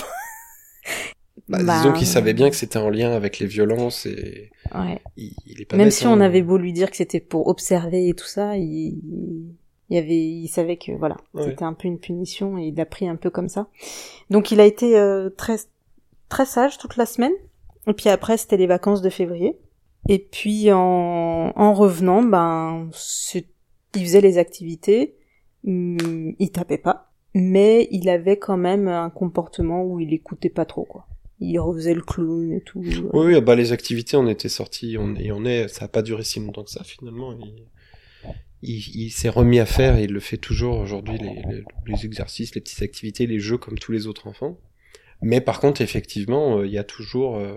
Speaker 4: bah, bah, disons qu'il savait bien que c'était en lien avec les violences et
Speaker 1: ouais.
Speaker 4: il, il est pas
Speaker 1: même
Speaker 4: bête,
Speaker 1: si
Speaker 4: hein.
Speaker 1: on avait beau lui dire que c'était pour observer et tout ça, il il y avait il savait que voilà ouais. C'était un peu une punition et il l'a pris un peu comme ça. Donc il a été euh, très très sage toute la semaine et puis après c'était les vacances de février et puis en en revenant ben c'est... il faisait les activités, hum, il tapait pas mais il avait quand même un comportement où il écoutait pas trop quoi. Il refaisait le clown et tout.
Speaker 4: Oui oui bah les activités on était sortis on et on est ça a pas duré si longtemps que ça finalement. Il... Il, il s'est remis à faire et il le fait toujours aujourd'hui, les, les, les exercices, les petites activités, les jeux comme tous les autres enfants. Mais par contre, effectivement, euh, il y a toujours euh,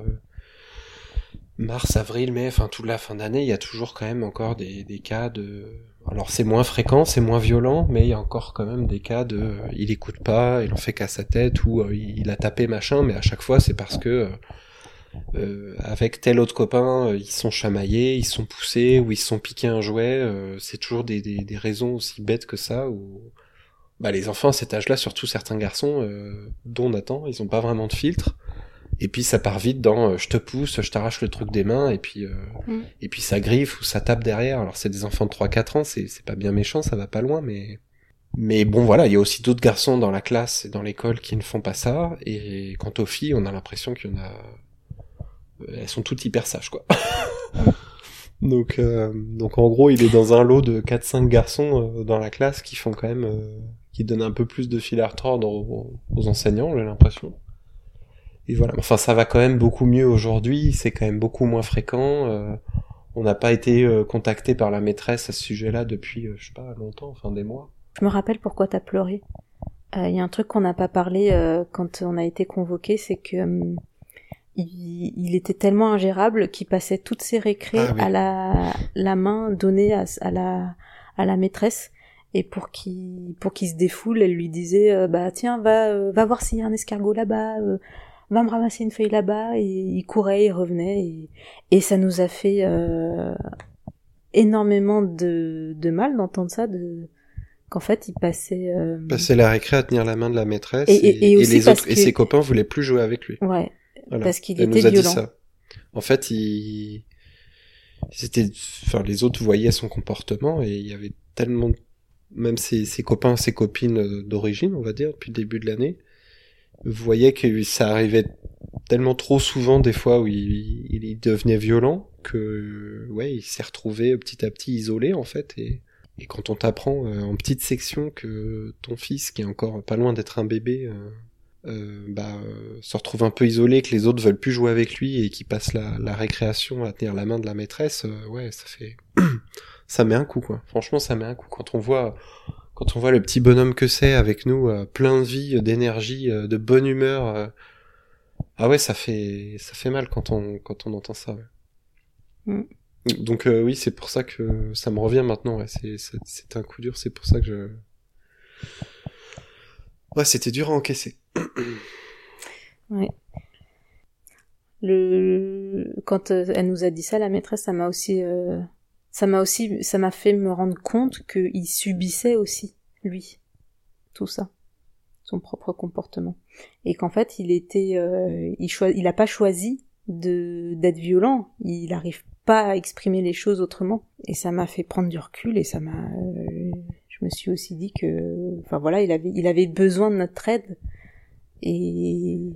Speaker 4: mars, avril, mai, enfin toute la fin d'année, il y a toujours quand même encore des, des cas de... Alors c'est moins fréquent, c'est moins violent, mais il y a encore quand même des cas de... Euh, il écoute pas, il en fait qu'à sa tête, ou euh, il a tapé machin, mais à chaque fois c'est parce que... Euh, Euh, avec tel autre copain, euh, ils sont chamaillés, ils sont poussés, ou ils se sont piqués un jouet, euh, c'est toujours des, des, des raisons aussi bêtes que ça, où bah, les enfants à cet âge-là, surtout certains garçons, euh, dont Nathan, ils ont pas vraiment de filtre, et puis ça part vite dans euh, je te pousse, je t'arrache le truc des mains, et puis euh, mmh. et puis ça griffe ou ça tape derrière. Alors c'est des enfants de trois quatre ans, c'est, c'est pas bien méchant, ça va pas loin, mais... Mais bon voilà, il y a aussi d'autres garçons dans la classe et dans l'école qui ne font pas ça, et quant aux filles, on a l'impression qu'il y en a... Elles sont toutes hyper sages, quoi. donc, euh, donc en gros, il est dans un lot de quatre cinq garçons euh, dans la classe qui font quand même, euh, qui donnent un peu plus de fil à retordre aux, aux enseignants, j'ai l'impression. Et voilà. Enfin, ça va quand même beaucoup mieux aujourd'hui. C'est quand même beaucoup moins fréquent. Euh, on n'a pas été euh, contacté par la maîtresse à ce sujet-là depuis, euh, je sais pas, longtemps, enfin des mois.
Speaker 1: Je me rappelle pourquoi t'as pleuré. Il euh, y a un truc qu'on n'a pas parlé euh, quand on a été convoqué, c'est que euh, Il, il était tellement ingérable qu'il passait toutes ses récrés ah, oui. à la, la main donnée à, à la, à la maîtresse et pour qu'il, pour qu'il se défoule, elle lui disait euh, bah tiens va, euh, va voir s'il y a un escargot là-bas, euh, va me ramasser une feuille là-bas et il courait, il revenait et, et ça nous a fait euh, énormément de, de mal d'entendre ça, de qu'en fait il passait euh...
Speaker 4: passait la récré à tenir la main de la maîtresse
Speaker 1: et, et, et,
Speaker 4: et,
Speaker 1: aussi
Speaker 4: et les autres
Speaker 1: que...
Speaker 4: et ses copains voulaient plus jouer avec lui.
Speaker 1: Ouais.
Speaker 4: Voilà.
Speaker 1: Parce qu'il
Speaker 4: Elle
Speaker 1: était
Speaker 4: nous a
Speaker 1: violent.
Speaker 4: Dit ça. En fait, il, c'était, enfin, les autres voyaient son comportement et il y avait tellement même ses, ses copains, ses copines d'origine, on va dire, depuis le début de l'année, voyaient que ça arrivait tellement trop souvent des fois où il, il, il devenait violent que ouais, il s'est retrouvé petit à petit isolé en fait. Et, et quand on t'apprend euh, en petite section que ton fils, qui est encore pas loin d'être un bébé, euh, euh, bah euh, se retrouve un peu isolé, que les autres veulent plus jouer avec lui et qu'il passe la, la récréation à tenir la main de la maîtresse, euh, ouais, ça fait ça met un coup quoi. Franchement, ça met un coup quand on voit quand on voit le petit bonhomme que c'est avec nous, euh, plein de vie, d'énergie, euh, de bonne humeur. Euh... Ah ouais, ça fait ça fait mal quand on quand on entend ça. Ouais. Mm. Donc euh, oui, c'est pour ça que ça me revient maintenant. Ouais, c'est c'est, c'est un coup dur. C'est pour ça que je. Ouais, c'était dur à encaisser.
Speaker 1: Ouais. Le quand euh, elle nous a dit ça, la maîtresse, ça m'a aussi. Euh... Ça m'a aussi, ça m'a fait me rendre compte qu'il subissait aussi, lui, tout ça, son propre comportement. Et qu'en fait, il était, euh, il choi- il a pas choisi de, d'être violent, il arrive pas à exprimer les choses autrement. Et ça m'a fait prendre du recul et ça m'a, euh, je me suis aussi dit que, enfin voilà, il avait, il avait besoin de notre aide. Et,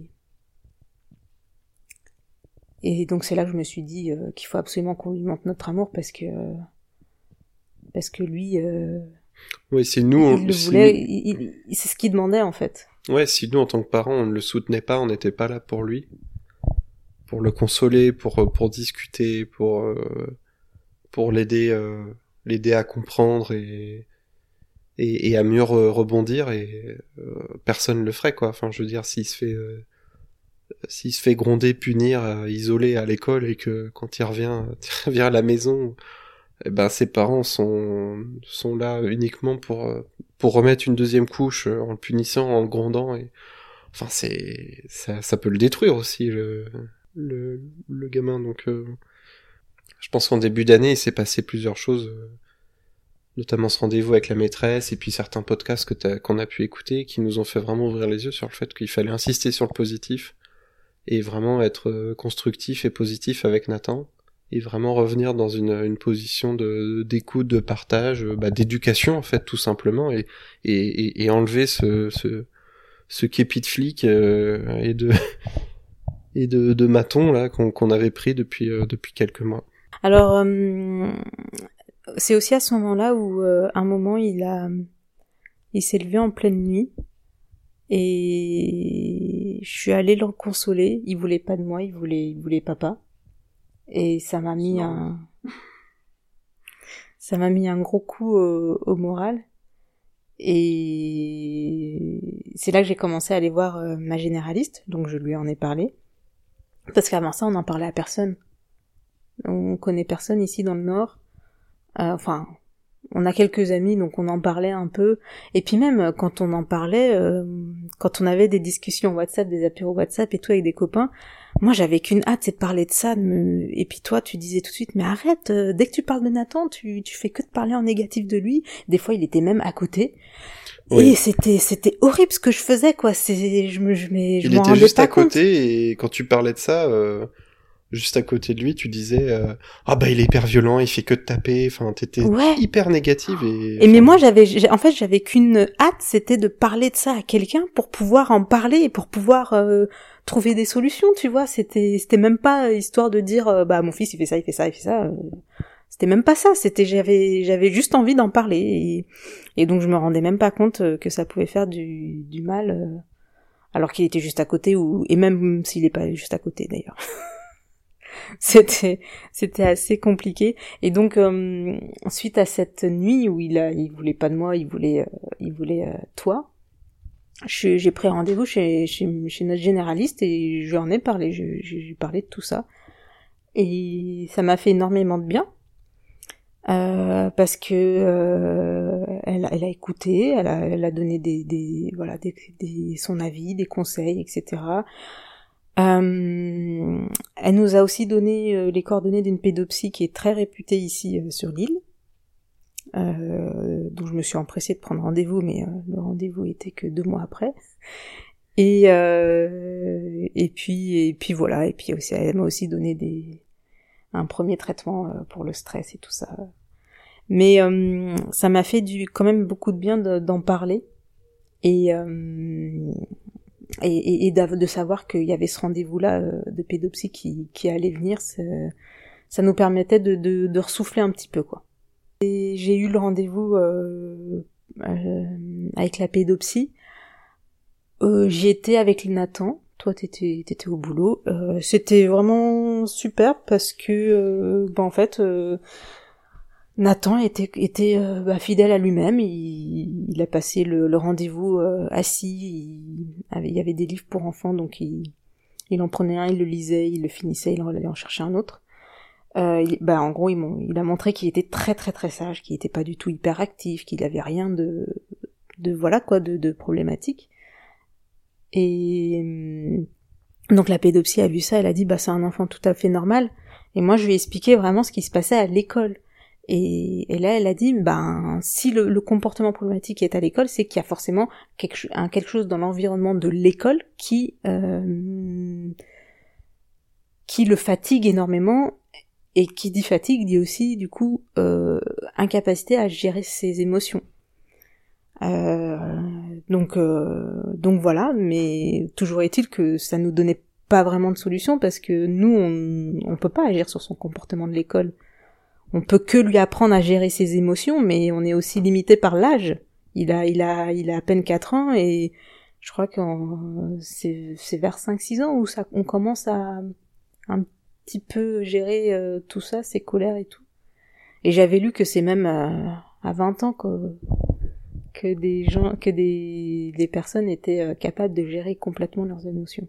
Speaker 1: Et donc c'est là que je me suis dit euh, qu'il faut absolument qu'on lui montre notre amour parce que euh, parce que lui euh,
Speaker 4: ouais, c'est nous on
Speaker 1: il le
Speaker 4: si
Speaker 1: voulait,
Speaker 4: nous...
Speaker 1: il, il, c'est ce qu'il demandait en fait.
Speaker 4: Ouais, si nous en tant que parents on ne le soutenait pas, on n'était pas là pour lui, pour le consoler, pour pour discuter, pour euh, pour l'aider euh, l'aider à comprendre et et, et à mieux re- rebondir et euh, personne le ferait quoi. Enfin, je veux dire, s'il se fait euh, s'il se fait gronder, punir, euh, isolé à l'école et que quand il revient, il revient à la maison, eh ben ses parents sont sont là uniquement pour pour remettre une deuxième couche euh, en le punissant, en le grondant et enfin c'est ça ça peut le détruire aussi le le le gamin donc euh, je pense qu'en début d'année il s'est passé plusieurs choses euh, notamment ce rendez-vous avec la maîtresse et puis certains podcasts que t'as, qu'on a pu écouter qui nous ont fait vraiment ouvrir les yeux sur le fait qu'il fallait insister sur le positif et vraiment être constructif et positif avec Nathan, et vraiment revenir dans une, une position de, d'écoute, de partage, bah, d'éducation en fait tout simplement, et, et, et enlever ce, ce, ce képi de flic euh, et de et de, de maton là qu'on, qu'on avait pris depuis, euh, depuis quelques mois.
Speaker 1: Alors euh, c'est aussi à ce moment-là où euh, un moment il a il s'est levé en pleine nuit. Et je suis allée le consoler. Il voulait pas de moi, il voulait, il voulait papa. Et ça m'a mis un, ça m'a mis un gros coup au, au moral. Et c'est là que j'ai commencé à aller voir euh, ma généraliste. Donc je lui en ai parlé. Parce qu'avant ça, on n'en parlait à personne. On connaît personne ici dans le Nord. Euh, enfin, on a quelques amis, donc on en parlait un peu. Et puis même, quand on en parlait, euh, quand on avait des discussions WhatsApp, des apéros WhatsApp et tout avec des copains, moi j'avais qu'une hâte, c'est de parler de ça. De me... Et puis toi, tu disais tout de suite, mais arrête, euh, dès que tu parles de Nathan, tu, tu fais que de parler en négatif de lui. Des fois, il était même à côté. Oui. Et c'était c'était horrible ce que je faisais, quoi. C'est, je me, je me, je
Speaker 4: il
Speaker 1: m'en
Speaker 4: était
Speaker 1: rendais
Speaker 4: juste
Speaker 1: pas
Speaker 4: à
Speaker 1: compte.
Speaker 4: côté, et quand tu parlais de ça... Euh... juste à côté de lui, tu disais euh, ah bah il est hyper violent, il fait que de taper, enfin t'étais
Speaker 1: ouais.
Speaker 4: hyper négative et.
Speaker 1: Et
Speaker 4: enfin...
Speaker 1: mais moi j'avais, j'ai, en fait j'avais qu'une hâte, c'était de parler de ça à quelqu'un pour pouvoir en parler et pour pouvoir euh, trouver des solutions, tu vois. C'était, c'était même pas histoire de dire euh, bah mon fils il fait ça, il fait ça, il fait ça. Euh, c'était même pas ça. C'était j'avais, j'avais juste envie d'en parler et, et donc je me rendais même pas compte que ça pouvait faire du, du mal, euh, alors qu'il était juste à côté ou et même s'il est pas juste à côté d'ailleurs. C'était, c'était assez compliqué. Et donc, euh, suite à cette nuit où il a, il voulait pas de moi, il voulait, euh, il voulait euh, toi, je, j'ai pris rendez-vous chez, chez, chez notre généraliste et je lui en ai parlé. Je, je, j'ai parlé de tout ça. Et ça m'a fait énormément de bien. Euh, parce que euh, elle, elle a écouté, elle a, elle a donné des, des voilà, des, des, son avis, des conseils, et cetera. Euh, elle nous a aussi donné euh, les coordonnées d'une pédopsie qui est très réputée ici euh, sur l'île, euh, dont je me suis empressée de prendre rendez-vous, mais euh, le rendez-vous était que deux mois après. Et euh, et puis et puis voilà, et puis aussi elle m'a aussi donné des un premier traitement euh, pour le stress et tout ça. Mais euh, ça m'a fait du quand même beaucoup de bien de, d'en parler et, euh, et, et, et de savoir qu'il y avait ce rendez-vous-là euh, de pédopsie qui, qui allait venir. Ça, ça nous permettait de, de, de ressouffler un petit peu, quoi. Et j'ai eu le rendez-vous euh, euh, avec la pédopsie. Euh, j'y étais avec Nathan. Toi, t'étais, t'étais au boulot. Euh, c'était vraiment super parce que, euh, bah, en fait, euh, Nathan était, était euh, bah, fidèle à lui-même. Il, il a passé le, le rendez-vous euh, assis. Il, avait, il y avait des livres pour enfants, donc il, il en prenait un, il le lisait, il le finissait, il allait en chercher un autre. Euh, il, bah, en gros, il, il a montré qu'il était très très très sage, qu'il était pas du tout hyperactif, qu'il avait rien de, de voilà quoi, de, de problématique. Et donc la pédopsie a vu ça, elle a dit bah c'est un enfant tout à fait normal. Et moi je lui ai expliqué vraiment ce qui se passait à l'école. Et, et là elle a dit ben si le, le comportement problématique est à l'école, c'est qu'il y a forcément quelque, un, quelque chose dans l'environnement de l'école qui euh, qui le fatigue énormément. Et qui dit fatigue dit aussi du coup euh, incapacité à gérer ses émotions. Euh, donc euh, donc voilà, mais toujours est-il que ça nous donnait pas vraiment de solution parce que nous on on peut pas agir sur son comportement de l'école. On peut que lui apprendre à gérer ses émotions, mais on est aussi limité par l'âge. Il a il a il a à peine quatre ans et je crois que c'est c'est vers cinq six ans où ça on commence à un petit peu gérer euh, tout ça, ses colères et tout. Et j'avais lu que c'est même euh, à vingt ans que que des gens, que des des personnes étaient euh, capables de gérer complètement leurs émotions.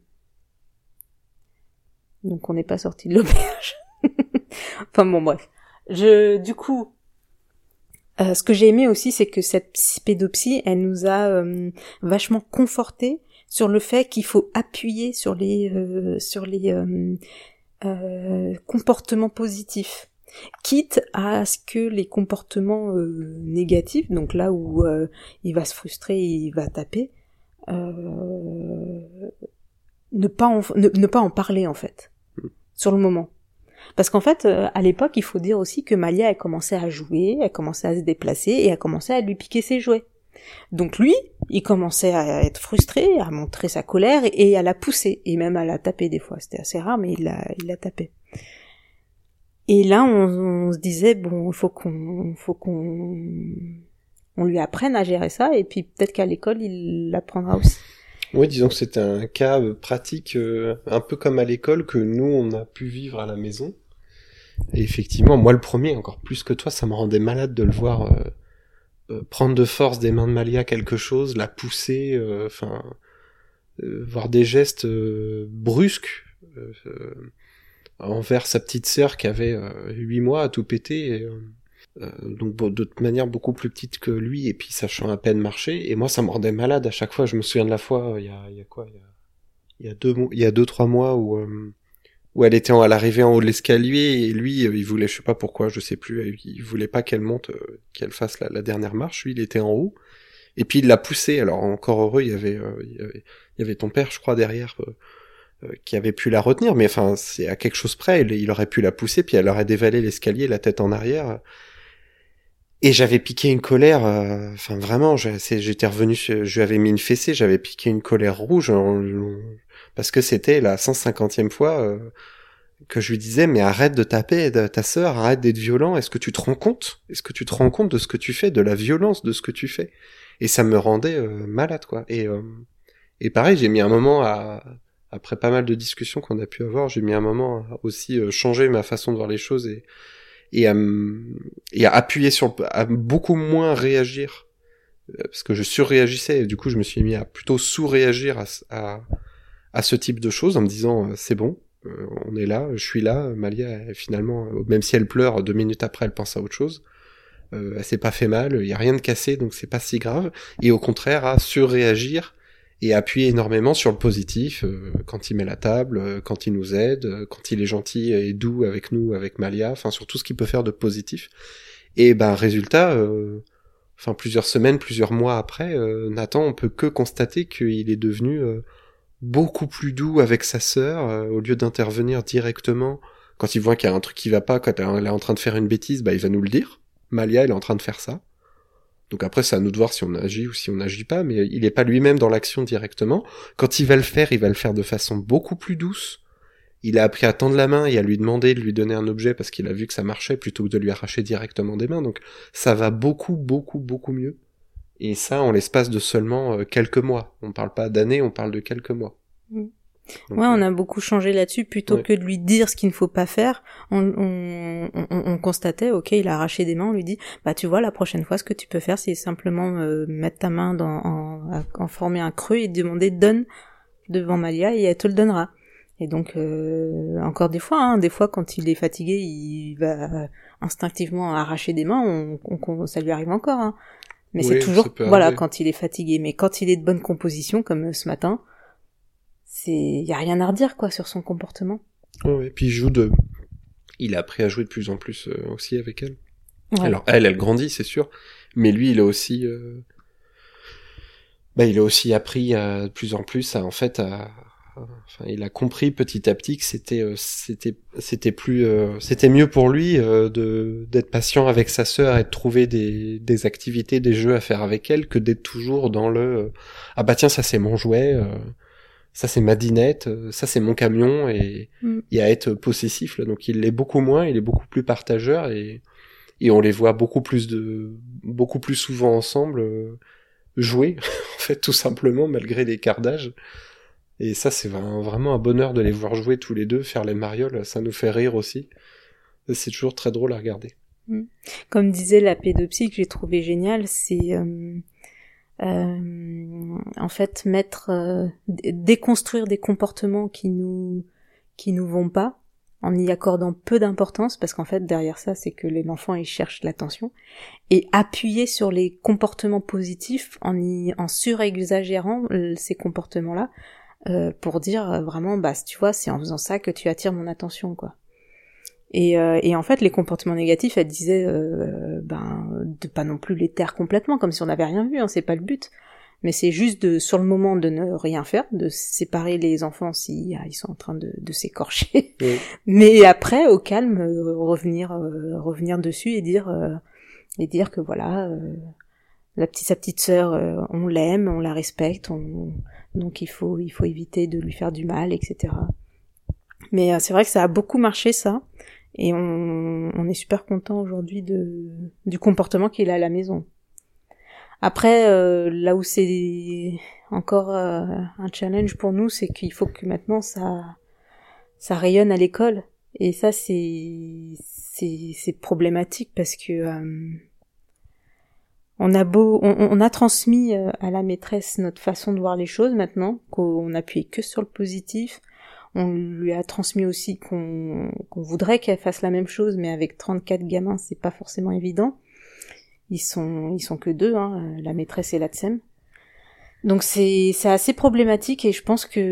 Speaker 1: Donc on n'est pas sorti de l'auberge. Enfin bon bref. Je du coup euh, ce que j'ai aimé aussi c'est que cette pédopsie, elle nous a euh, vachement conforté sur le fait qu'il faut appuyer sur les euh, sur les euh, Euh, comportements positifs, quitte à ce que les comportements euh, négatifs, donc là où euh, il va se frustrer, il va taper, euh, ne pas en, ne, ne pas en parler en fait, sur le moment. Parce qu'en fait, euh, à l'époque, il faut dire aussi que Malia a commencé à jouer, elle commençait à se déplacer et a commencé à lui piquer ses jouets. Donc lui, il commençait à être frustré, à montrer sa colère et à la pousser, et même à la taper des fois. C'était assez rare, mais il la, il la tapait. Et là, on, on se disait bon, il faut qu'on, faut qu'on, on lui apprenne à gérer ça, et puis peut-être qu'à l'école, il l'apprendra aussi.
Speaker 4: Oui, disons que c'était un cas pratique, euh, un peu comme à l'école, que nous, on a pu vivre à la maison. Et effectivement, moi le premier, encore plus que toi, ça me rendait malade de le voir... Euh, prendre de force des mains de Malia quelque chose, la pousser, enfin, euh, euh, voir des gestes euh, brusques euh, euh, envers sa petite sœur qui avait huit euh, mois à tout péter, et, euh, donc bon, de manière beaucoup plus petite que lui, et puis sachant à peine marcher, et moi ça me rendait malade à chaque fois. Je me souviens de la fois, il y a, il y a quoi, il y a, il y a deux, il y a deux trois mois où euh, où elle était en, à l'arrivée en haut de l'escalier, et lui, il voulait, je sais pas pourquoi, je sais plus, il voulait pas qu'elle monte, euh, qu'elle fasse la, la dernière marche, lui, il était en haut, et puis il l'a poussée. Alors encore heureux, il y avait, euh, il y avait, il y avait ton père, je crois, derrière, euh, euh, qui avait pu la retenir, mais enfin, c'est à quelque chose près, il, il aurait pu la pousser, puis elle aurait dévalé l'escalier, la tête en arrière, et j'avais piqué une colère, euh, enfin vraiment, j'étais revenu, je lui avais mis une fessée, j'avais piqué une colère rouge, en, en, parce que c'était la cent cinquantième fois euh, que je lui disais mais arrête de taper de ta sœur, arrête d'être violent, est-ce que tu te rends compte Est-ce que tu te rends compte de ce que tu fais, de la violence de ce que tu fais? Et ça me rendait euh, malade, quoi. Et, euh, et pareil, j'ai mis un moment à, après pas mal de discussions qu'on a pu avoir, j'ai mis un moment à aussi euh, changer ma façon de voir les choses et, et, à, et à appuyer sur, à beaucoup moins réagir, parce que je surréagissais, et du coup je me suis mis à plutôt sous-réagir à, à à ce type de choses, en me disant euh, c'est bon, euh, on est là, je suis là, Malia, finalement, euh, même si elle pleure, deux minutes après elle pense à autre chose, euh, elle s'est pas fait mal, il y a rien de cassé, donc c'est pas si grave, et au contraire à surréagir et à appuyer énormément sur le positif, euh, quand il met la table, euh, quand il nous aide, euh, quand il est gentil et doux avec nous, avec Malia, enfin sur tout ce qu'il peut faire de positif. Et ben résultat, euh, enfin plusieurs semaines, plusieurs mois après, euh, Nathan, on peut que constater qu'il est devenu euh, beaucoup plus doux avec sa sœur, euh, au lieu d'intervenir directement quand il voit qu'il y a un truc qui va pas, quand elle est en train de faire une bêtise, bah il va nous le dire, Malia, elle est en train de faire ça. Donc après, c'est à nous de voir si on agit ou si on n'agit pas, mais il est pas lui-même dans l'action directement. Quand il va le faire, il va le faire de façon beaucoup plus douce. Il a appris à tendre la main et à lui demander de lui donner un objet parce qu'il a vu que ça marchait plutôt que de lui arracher directement des mains. Donc ça va beaucoup, beaucoup, beaucoup mieux. Et ça, en l'espace de seulement euh, quelques mois. On parle pas d'années, on parle de quelques mois.
Speaker 1: Mmh.
Speaker 4: Donc,
Speaker 1: ouais,
Speaker 4: euh,
Speaker 1: on a beaucoup changé là-dessus. Plutôt
Speaker 4: ouais.
Speaker 1: que de lui dire ce qu'il ne faut pas faire, on, on, on, on constatait, ok, il a arraché des mains, on lui dit, bah tu vois, la prochaine fois, ce que tu peux faire, c'est simplement euh, mettre ta main dans, en, en former un creux et demander donne devant Malia et elle te le donnera. Et donc, euh, encore des fois, hein, des fois, quand il est fatigué, il va instinctivement arracher des mains, on, on, on, ça lui arrive encore. Hein. Mais
Speaker 4: Oui,
Speaker 1: c'est toujours,
Speaker 4: ça peut
Speaker 1: voilà,
Speaker 4: arriver.
Speaker 1: quand il est fatigué. Mais quand il est de bonne composition, comme ce matin, c'est, y a rien à redire, quoi, sur son comportement.
Speaker 4: Ouais, ouais. Puis il joue de... Il a appris à jouer de plus en plus euh, aussi avec elle.
Speaker 1: Ouais.
Speaker 4: Alors elle, elle grandit, c'est sûr. Mais lui, il a aussi... Euh... Bah, il a aussi appris à, de plus en plus à, en fait, à... Enfin, il a compris petit à petit que c'était euh, c'était c'était plus euh, c'était mieux pour lui euh, de d'être patient avec sa sœur et de trouver des des activités, des jeux à faire avec elle que d'être toujours dans le euh, ah bah tiens ça c'est mon jouet, euh, ça c'est ma dinette, euh, ça c'est mon camion et
Speaker 1: Mm.
Speaker 4: et à être possessif là. Donc il l'est beaucoup moins, il est beaucoup plus partageur et et on les voit beaucoup plus de beaucoup plus souvent ensemble euh, jouer en fait tout simplement malgré l'écart d'âge. Et ça, c'est vraiment un bonheur de les voir jouer tous les deux, faire les marioles, ça nous fait rire aussi. C'est toujours très drôle à regarder.
Speaker 1: Comme disait la pédopsie que j'ai trouvé géniale, c'est euh, euh, en fait mettre, euh, d- déconstruire des comportements qui nous qui nous vont pas, en y accordant peu d'importance, parce qu'en fait derrière ça, c'est que les enfants ils cherchent l'attention, et appuyer sur les comportements positifs en y en surexagérant euh, ces comportements-là. Euh, pour dire euh, vraiment, bah tu vois, c'est en faisant ça que tu attires mon attention, quoi. Et, euh, et en fait, les comportements négatifs, elle disait, euh, ben, de pas non plus les taire complètement, comme si on n'avait rien vu, hein, c'est pas le but. Mais c'est juste de, sur le moment, de ne rien faire, de séparer les enfants si ah, ils sont en train de, de s'écorcher.
Speaker 4: Oui.
Speaker 1: Mais après, au calme, euh, revenir, euh, revenir dessus et dire, euh, et dire que voilà, euh, la petite, sa petite sœur, euh, on l'aime, on la respecte, on donc il faut il faut éviter de lui faire du mal, et cetera. Mais euh, c'est vrai que ça a beaucoup marché ça, et on, on est super content aujourd'hui de du comportement qu'il a à la maison. Après, euh, là où c'est encore euh, un challenge pour nous, c'est qu'il faut que maintenant ça ça rayonne à l'école, et ça c'est c'est c'est problématique parce que euh, On a beau, on, on a transmis à la maîtresse notre façon de voir les choses maintenant, qu'on n'appuyait que sur le positif. On lui a transmis aussi qu'on, qu'on voudrait qu'elle fasse la même chose, mais avec trente-quatre gamins, c'est pas forcément évident. Ils sont, ils sont que deux, hein, la maîtresse et la T S E M. Donc c'est, c'est assez problématique et je pense que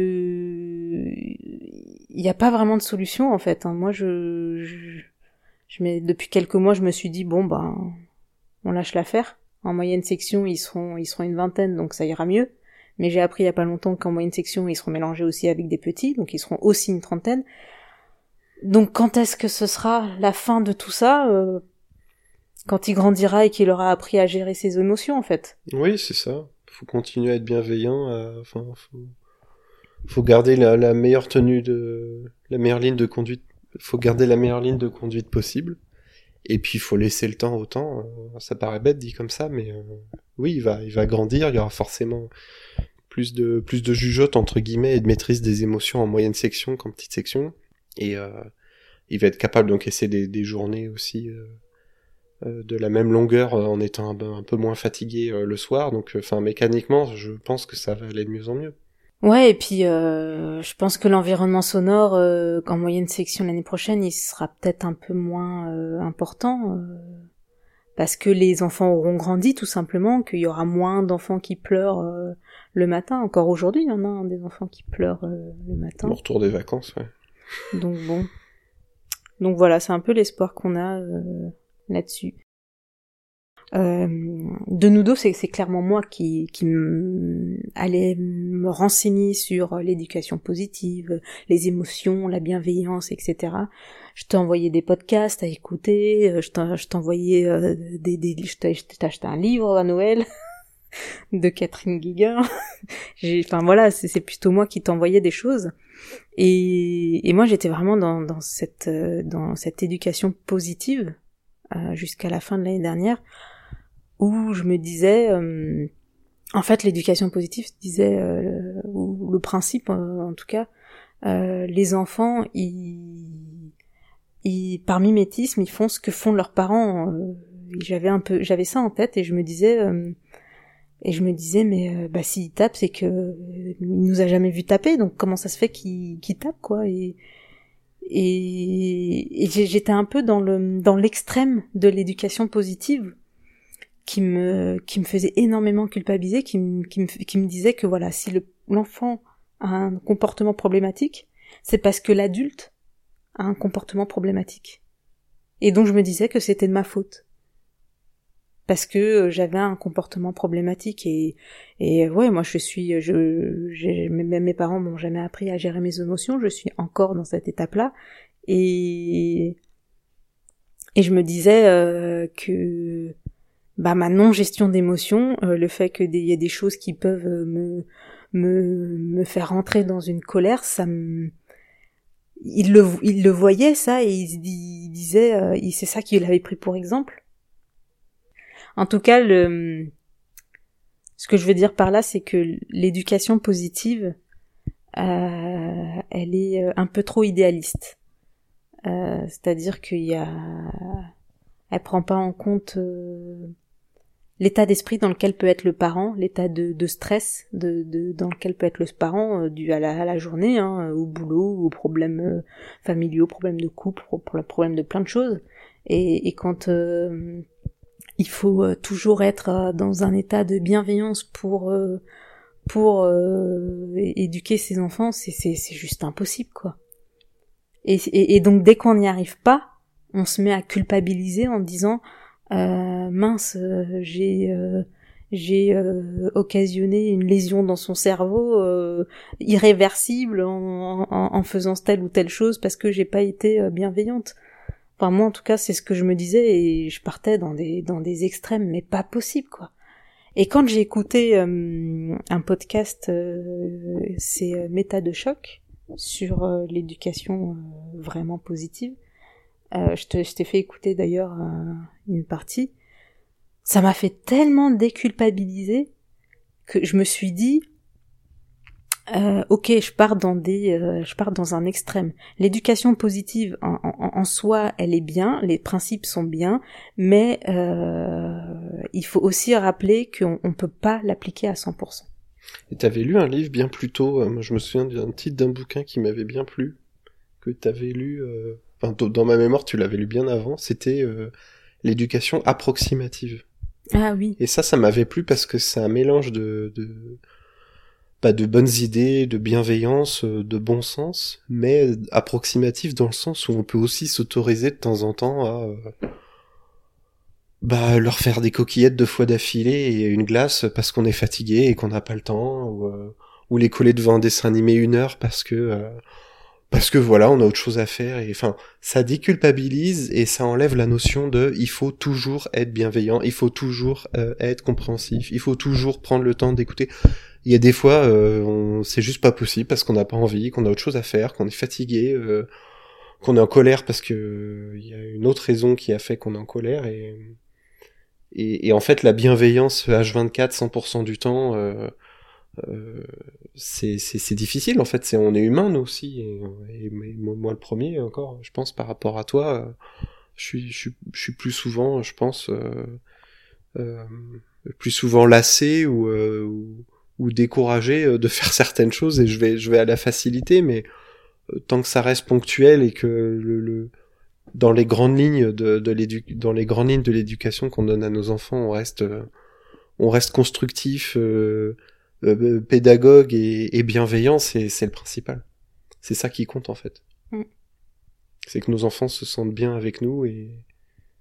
Speaker 1: il n'y a pas vraiment de solution en fait. Hein. Moi, je, je, je mets, depuis quelques mois, je me suis dit bon ben, on lâche l'affaire. En moyenne section, ils seront, ils seront une vingtaine, donc ça ira mieux. Mais j'ai appris il y a pas longtemps qu'en moyenne section, ils seront mélangés aussi avec des petits, donc ils seront aussi une trentaine. Donc quand est-ce que ce sera la fin de tout ça euh, quand il grandira et qu'il aura appris à gérer ses émotions, en fait.
Speaker 4: Oui, c'est ça. Faut continuer à être bienveillant. À... Enfin, faut... faut garder la, la meilleure tenue de, la meilleure ligne de conduite. Faut garder la meilleure ligne de conduite possible. Et puis il faut laisser le temps au temps. Ça paraît bête dit comme ça, mais euh, oui, il va, il va grandir. Il y aura forcément plus de, plus de jugeote entre guillemets et de maîtrise des émotions en moyenne section qu'en petite section. Et euh, il va être capable d'encaisser des, des journées aussi euh, euh, de la même longueur euh, en étant un, un peu moins fatigué euh, le soir. Donc, enfin, euh, mécaniquement, je pense que ça va aller de mieux en mieux.
Speaker 1: Ouais, et puis euh, je pense que l'environnement sonore, euh, en moyenne section l'année prochaine, il sera peut-être un peu moins euh, important, euh, parce que les enfants auront grandi tout simplement, qu'il y aura moins d'enfants qui pleurent euh, le matin. Encore aujourd'hui, il y en a hein, des enfants qui pleurent euh, le matin.
Speaker 4: Au retour des vacances, ouais.
Speaker 1: Donc bon. Donc voilà, c'est un peu l'espoir qu'on a euh, là-dessus. Euh, de nous deux, c'est, c'est clairement moi qui, qui allais me renseigner sur l'éducation positive, les émotions, la bienveillance, et cetera. Je t'ai envoyé des podcasts à écouter, je, t'en, je t'envoyais euh, des, des, je t'ai, je t'ai acheté un livre à Noël de Catherine Guigan. J'ai, enfin voilà, c'est, c'est plutôt moi qui t'envoyais des choses. Et, et moi, j'étais vraiment dans, dans cette, dans cette éducation positive euh, jusqu'à la fin de l'année dernière, où je me disais, euh, en fait, l'éducation positive disait, euh, ou le principe, euh, en tout cas, euh, les enfants, ils, ils, par mimétisme, ils font ce que font leurs parents. Euh, j'avais un peu, j'avais ça en tête et je me disais, euh, et je me disais, mais euh, bah s'il tape, c'est que euh, il nous a jamais vu taper, donc comment ça se fait qu'il, qu'il tape, quoi. Et et, et j'étais un peu dans le dans l'extrême de l'éducation positive, qui me qui me faisait énormément culpabiliser, qui me qui me qui me disait que voilà, si le l'enfant a un comportement problématique, c'est parce que l'adulte a un comportement problématique. Et donc je me disais que c'était de ma faute. Parce que j'avais un comportement problématique et et ouais, moi je suis je j'ai mes, mes parents m'ont jamais appris à gérer mes émotions, je suis encore dans cette étape-là et et je me disais euh, que bah ma non-gestion d'émotions, euh, le fait que il y a des choses qui peuvent me me me faire rentrer dans une colère, ça me il le il le voyait ça et il, il disait euh, il, c'est ça qu'il avait pris pour exemple. En tout cas, le ce que je veux dire par là, c'est que l'éducation positive, euh, elle est un peu trop idéaliste. Euh, c'est-à-dire qu'il y a, elle prend pas en compte euh, l'état d'esprit dans lequel peut être le parent, l'état de, de stress de, de, dans lequel peut être le parent euh, dû à la, à la journée, hein, au boulot, aux problèmes euh, familiaux, problèmes de couple, problèmes de plein de choses. Et, et quand euh, il faut euh, toujours être euh, dans un état de bienveillance pour euh, pour euh, éduquer ses enfants, c'est c'est c'est juste impossible, quoi. Et et, et donc dès qu'on n'y arrive pas, on se met à culpabiliser en disant euh, mince, euh, j'ai euh, j'ai euh, occasionné une lésion dans son cerveau euh, irréversible en, en en faisant telle ou telle chose parce que j'ai pas été euh, bienveillante. Enfin, moi, en tout cas, c'est ce que je me disais et je partais dans des, dans des extrêmes, mais pas possible, quoi. Et quand j'ai écouté euh, un podcast, euh, c'est euh, Méta de choc, sur euh, l'éducation euh, vraiment positive, euh, je, te, je t'ai fait écouter d'ailleurs euh, une partie, ça m'a fait tellement déculpabiliser que je me suis dit, Euh, ok, je pars dans des, euh, je pars dans un extrême. L'éducation positive en, en, en soi, elle est bien, les principes sont bien, mais euh, il faut aussi rappeler qu'on on peut pas l'appliquer à cent pour cent.
Speaker 4: Et t'avais lu un livre bien plus tôt, euh, moi je me souviens d'un titre d'un bouquin qui m'avait bien plu, que t'avais lu, euh, enfin dans ma mémoire tu l'avais lu bien avant, c'était euh, l'éducation approximative.
Speaker 1: Ah oui.
Speaker 4: Et ça, ça m'avait plu parce que c'est un mélange de... de... pas de bonnes idées, de bienveillance, de bon sens, mais approximatif dans le sens où on peut aussi s'autoriser de temps en temps à euh, bah leur faire des coquillettes deux fois d'affilée et une glace parce qu'on est fatigué et qu'on n'a pas le temps, ou, euh, ou les coller devant un dessin animé une heure parce que euh, parce que voilà, on a autre chose à faire. Et enfin, ça déculpabilise et ça enlève la notion de il faut toujours être bienveillant, il faut toujours euh, être compréhensif, il faut toujours prendre le temps d'écouter. Il y a des fois, euh, on, c'est juste pas possible parce qu'on n'a pas envie, qu'on a autre chose à faire, qu'on est fatigué, euh, qu'on est en colère parce que euh, il y a une autre raison qui a fait qu'on est en colère. Et, et, et en fait, la bienveillance H vingt-quatre, cent pour cent du temps, euh, euh, c'est, c'est, c'est difficile. En fait, c'est, on est humain nous aussi. Et, et moi, le premier encore, je pense par rapport à toi, euh, je suis, je suis, je suis plus souvent, je pense, euh, euh, plus souvent lassé ou, euh, ou ou découragé de faire certaines choses et je vais je vais à la facilité, mais tant que ça reste ponctuel et que le, le dans les grandes lignes de, de l'édu dans les grandes lignes de l'éducation qu'on donne à nos enfants, on reste on reste constructif, euh, euh, pédagogue et, et bienveillant, c'est c'est le principal. C'est ça qui compte en fait. Mm. C'est que nos enfants se sentent bien avec nous et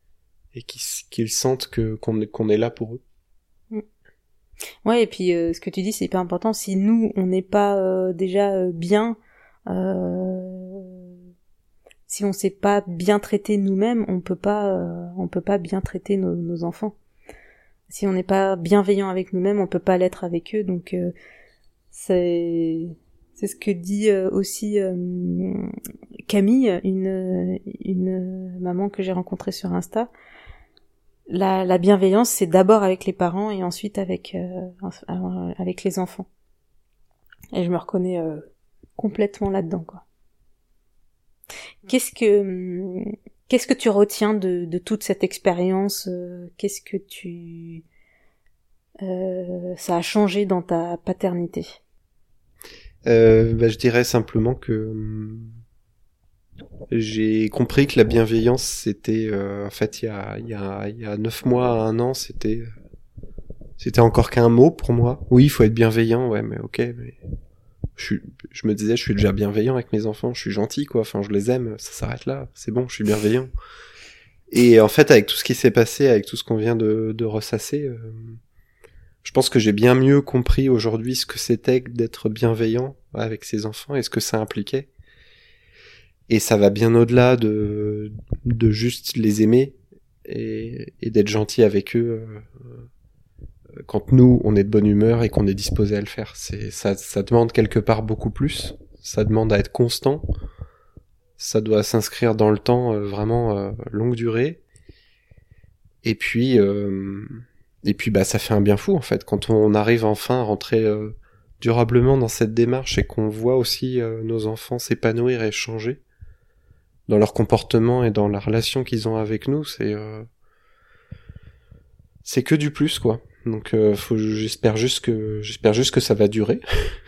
Speaker 4: et qu'ils, qu'ils sentent que qu'on, qu'on est là pour eux.
Speaker 1: Ouais, et puis euh, ce que tu dis, c'est hyper important. Si nous, on n'est pas euh, déjà euh, bien, euh, si on sait pas bien traiter nous-mêmes, on peut pas, euh, on peut pas bien traiter nos, nos enfants. Si on n'est pas bienveillant avec nous-mêmes, on peut pas l'être avec eux. Donc euh, c'est c'est ce que dit euh, aussi euh, Camille, une une maman que j'ai rencontrée sur Insta. La, la bienveillance, c'est d'abord avec les parents et ensuite avec euh, avec les enfants. Et je me reconnais euh, complètement là-dedans, quoi. Qu'est-ce que qu'est-ce que tu retiens de, de toute cette expérience euh, Qu'est-ce que tu euh, ça a changé dans ta paternité?
Speaker 4: euh, bah, Je dirais simplement que j'ai compris que la bienveillance, c'était euh, en fait il y a il y a il y a neuf mois à un an, c'était c'était encore qu'un mot pour moi. Oui, il faut être bienveillant, ouais, mais ok, mais je suis, je me disais, je suis déjà bienveillant avec mes enfants, je suis gentil, quoi. Enfin, je les aime, ça s'arrête là, c'est bon, je suis bienveillant. Et en fait, avec tout ce qui s'est passé, avec tout ce qu'on vient de de ressasser, euh, je pense que j'ai bien mieux compris aujourd'hui ce que c'était d'être bienveillant avec ses enfants et ce que ça impliquait. Et ça va bien au-delà de, de juste les aimer et, et d'être gentil avec eux euh, quand nous, on est de bonne humeur et qu'on est disposé à le faire. C'est, ça, ça demande quelque part beaucoup plus. Ça demande à être constant. Ça doit s'inscrire dans le temps, euh, vraiment euh, longue durée. Et puis, euh, et puis bah, ça fait un bien fou, en fait. Quand on arrive enfin à rentrer euh, durablement dans cette démarche et qu'on voit aussi euh, nos enfants s'épanouir et changer, dans leur comportement et dans la relation qu'ils ont avec nous, c'est euh, c'est que du plus, quoi. Donc euh, faut, j'espère juste que j'espère juste que ça va durer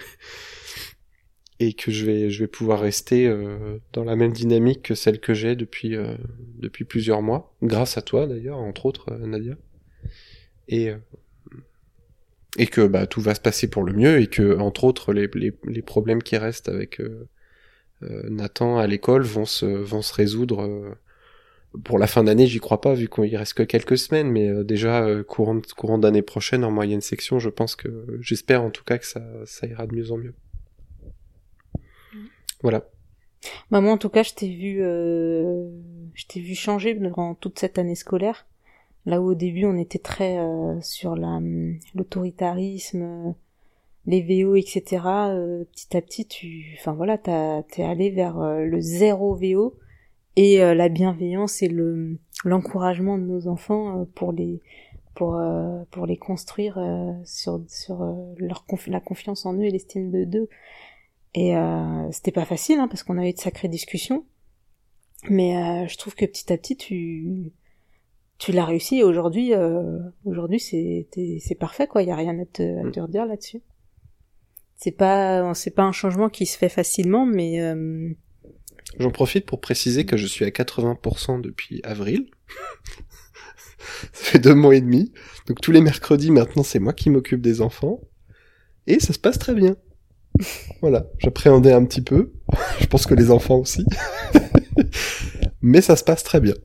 Speaker 4: et que je vais je vais pouvoir rester euh, dans la même dynamique que celle que j'ai depuis euh, depuis plusieurs mois, grâce à toi d'ailleurs, entre autres, euh, Nadia. Et euh, et que bah tout va se passer pour le mieux et que entre autres les les, les problèmes qui restent avec euh, Euh, Nathan à l'école vont se vont se résoudre euh, pour la fin d'année. J'y crois pas vu qu'il reste que quelques semaines, mais euh, déjà euh, courant courant d'année prochaine en moyenne section, je pense que j'espère en tout cas que ça ça ira de mieux en mieux. Mmh. Voilà.
Speaker 1: Bah moi en tout cas je t'ai vu euh, je t'ai vu changer durant toute cette année scolaire. Là où au début on était très euh, sur la l'autoritarisme, euh, les V O, et cetera. Euh, petit à petit, tu, enfin voilà, t'as, t'es allé vers euh, le zéro V O et euh, la bienveillance et le l'encouragement de nos enfants euh, pour les pour euh, pour les construire euh, sur sur euh, leur confi- la confiance en eux et l'estime de d'eux. Et euh, c'était pas facile hein, parce qu'on a eu de sacrées discussions, mais euh, je trouve que petit à petit tu tu l'as réussi. Et aujourd'hui, euh, aujourd'hui c'est c'est parfait quoi. Il y a rien à te, à te redire là-dessus. C'est pas, c'est pas un changement qui se fait facilement, mais... Euh...
Speaker 4: J'en profite pour préciser que je suis à quatre-vingts pour cent depuis avril. Ça fait deux mois et demi. Donc tous les mercredis, maintenant, c'est moi qui m'occupe des enfants. Et ça se passe très bien. Voilà, j'appréhendais un petit peu. Je pense que les enfants aussi. Mais ça se passe très bien.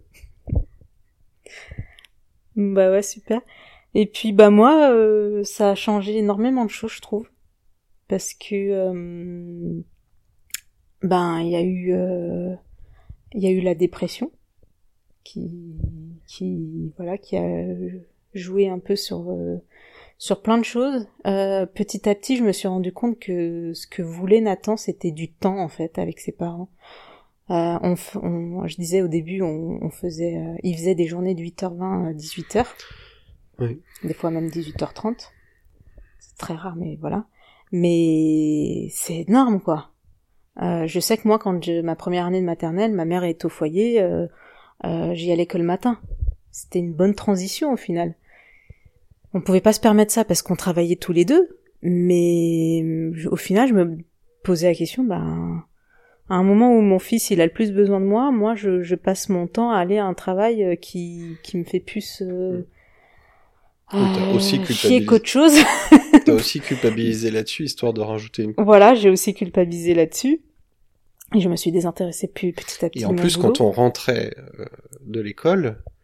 Speaker 1: Bah ouais, super. Et puis, bah moi, euh, ça a changé énormément de choses, je trouve. Parce que euh, ben il y a eu euh, il y a eu la dépression qui qui voilà qui a joué un peu sur euh, sur plein de choses. Euh, petit à petit, je me suis rendu compte que ce que voulait Nathan, c'était du temps en fait avec ses parents. Euh, on, on je disais au début, on, on faisait euh, il faisait des journées de huit heures vingt à dix-huit heures.
Speaker 4: Oui.
Speaker 1: Des fois même dix-huit heures trente. C'est très rare, mais voilà. Mais c'est énorme, quoi. Euh, je sais que moi, quand je, ma première année de maternelle, ma mère est au foyer, euh, euh, j'y allais que le matin. C'était une bonne transition, au final. On pouvait pas se permettre ça parce qu'on travaillait tous les deux, mais au final, je me posais la question, bah, à un moment où mon fils, il a le plus besoin de moi, moi, je, je passe mon temps à aller à un travail qui, qui me fait plus... Euh,
Speaker 4: T'as aussi
Speaker 1: euh, chier qu'autre chose.
Speaker 4: T'as aussi culpabilisé là-dessus, histoire de rajouter une...
Speaker 1: Voilà, j'ai aussi culpabilisé là-dessus. Et je me suis désintéressée plus petit à petit.
Speaker 4: Et en plus,
Speaker 1: boulot.
Speaker 4: quand on rentrait euh, de l'école,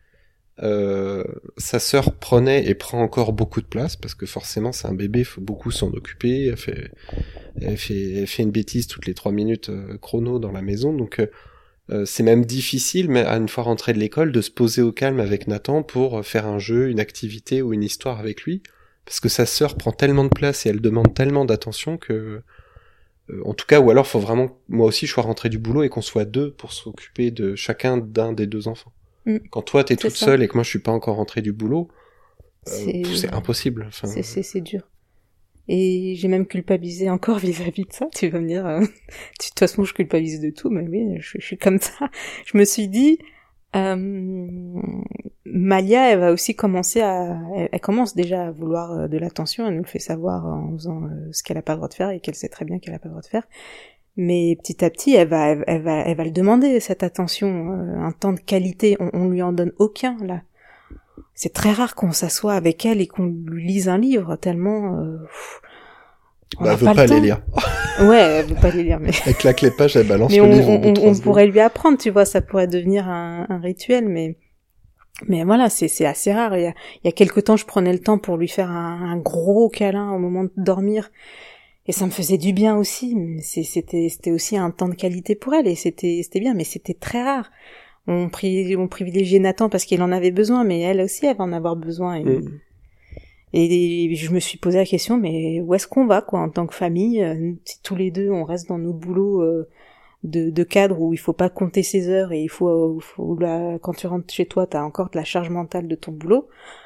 Speaker 4: Euh, sa sœur prenait et prend encore beaucoup de place parce que forcément c'est un bébé, il faut beaucoup s'en occuper. Elle fait, elle fait, elle fait une bêtise toutes les trois minutes euh, chrono dans la maison, donc euh, euh, c'est même difficile, mais à une fois rentré de l'école, de se poser au calme avec Nathan pour faire un jeu, une activité ou une histoire avec lui, parce que sa sœur prend tellement de place et elle demande tellement d'attention que, euh, en tout cas, ou alors faut vraiment, moi aussi, je sois rentré du boulot et qu'on soit deux pour s'occuper de chacun d'un des deux enfants. Mm. Quand toi t'es c'est toute ça. Seule et que moi je suis pas encore rentrée du boulot, euh, c'est... c'est impossible. Enfin...
Speaker 1: C'est, c'est, c'est dur. Et j'ai même culpabilisé encore vis-à-vis de ça. Tu vas me dire, euh, de toute façon je culpabilise de tout, mais oui, je, je suis comme ça. Je me suis dit, euh, Malia, elle va aussi commencer à, elle, elle commence déjà à vouloir euh, de l'attention. Elle nous le fait savoir en faisant euh, ce qu'elle a pas le droit de faire et qu'elle sait très bien qu'elle a pas le droit de faire. Mais petit à petit, elle va, elle, elle va, elle va le demander, cette attention, euh, un temps de qualité. On, on lui en donne aucun, là. C'est très rare qu'on s'assoie avec elle et qu'on lui lise un livre, tellement, euh, pff,
Speaker 4: on bah, elle veut pas, pas les lire.
Speaker 1: Ouais, elle veut pas les lire, mais...
Speaker 4: Elle claque les pages, elle balance
Speaker 1: mais
Speaker 4: le
Speaker 1: on,
Speaker 4: livre
Speaker 1: on,
Speaker 4: au bout de
Speaker 1: on pourrait lui apprendre, tu vois, ça pourrait devenir un, un rituel, mais, mais voilà, c'est, c'est assez rare. Il y a, il y a quelque temps, je prenais le temps pour lui faire un, un gros câlin au moment de dormir. Et ça me faisait du bien aussi, mais c'était, c'était aussi un temps de qualité pour elle, et c'était, c'était bien, mais c'était très rare. On, pri, on privilégiait Nathan parce qu'il en avait besoin, mais elle aussi, elle va en avoir besoin. Et, mmh. et, et je me suis posé la question, mais où est-ce qu'on va, quoi, en tant que famille, si tous les deux, on reste dans nos boulots euh, de, de cadre où il faut pas compter ses heures, et il faut, faut la, quand tu rentres chez toi, t'as encore de la charge mentale de ton boulot,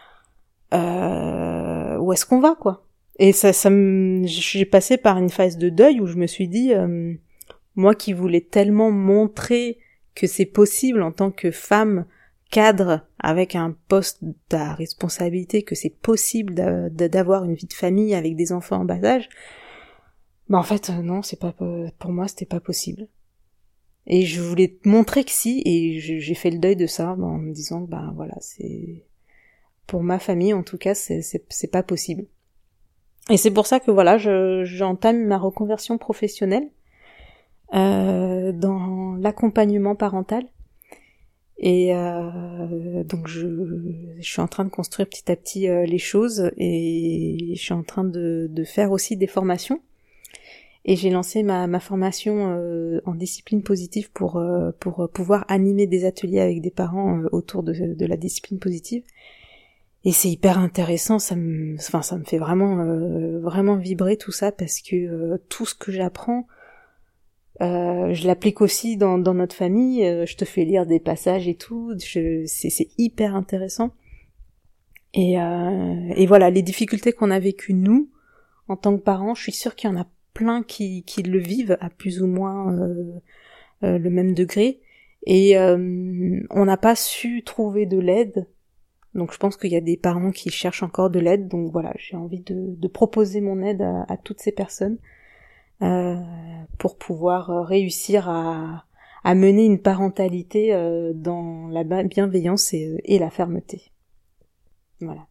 Speaker 1: euh, où est-ce qu'on va, quoi? Et ça, ça me, j'ai passé par une phase de deuil où je me suis dit, euh, moi qui voulais tellement montrer que c'est possible en tant que femme cadre avec un poste à responsabilité, que c'est possible d'a, d'avoir une vie de famille avec des enfants en bas âge, bah en fait non, c'est pas, pour moi c'était pas possible. Et je voulais montrer que si, et j'ai fait le deuil de ça en me disant, bah voilà, c'est, pour ma famille en tout cas, c'est, c'est, c'est pas possible. Et c'est pour ça que voilà, je, j'entame ma reconversion professionnelle euh, dans l'accompagnement parental. Et euh, donc je, je suis en train de construire petit à petit euh, les choses, et je suis en train de, de faire aussi des formations. Et j'ai lancé ma, ma formation euh, en discipline positive pour euh, pour pouvoir animer des ateliers avec des parents euh, autour de, de la discipline positive. Et c'est hyper intéressant, ça me, enfin, ça me fait vraiment, euh, vraiment vibrer tout ça, parce que euh, tout ce que j'apprends, euh, je l'applique aussi dans, dans notre famille. Euh, je te fais lire des passages et tout. Je, c'est, c'est hyper intéressant. Et, euh, et voilà, les difficultés qu'on a vécues nous, en tant que parents, je suis sûre qu'il y en a plein qui, qui le vivent à plus ou moins euh, euh, le même degré. Et euh, on n'a pas su trouver de l'aide. Donc je pense qu'il y a des parents qui cherchent encore de l'aide, donc voilà, j'ai envie de, de proposer mon aide à, à toutes ces personnes euh, pour pouvoir réussir à, à mener une parentalité euh, dans la bienveillance et, et la fermeté. Voilà.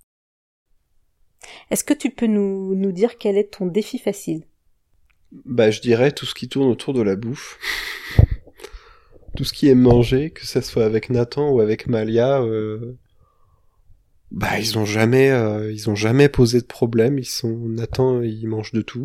Speaker 1: Est-ce que tu peux nous, nous dire quel est ton défi facile ?
Speaker 4: Bah je dirais tout ce qui tourne autour de la bouffe. Tout ce qui est mangé, que ça soit avec Nathan ou avec Malia... Euh... Bah ils ont jamais euh, ils ont jamais posé de problème, ils sont Nathan, il mange de tout.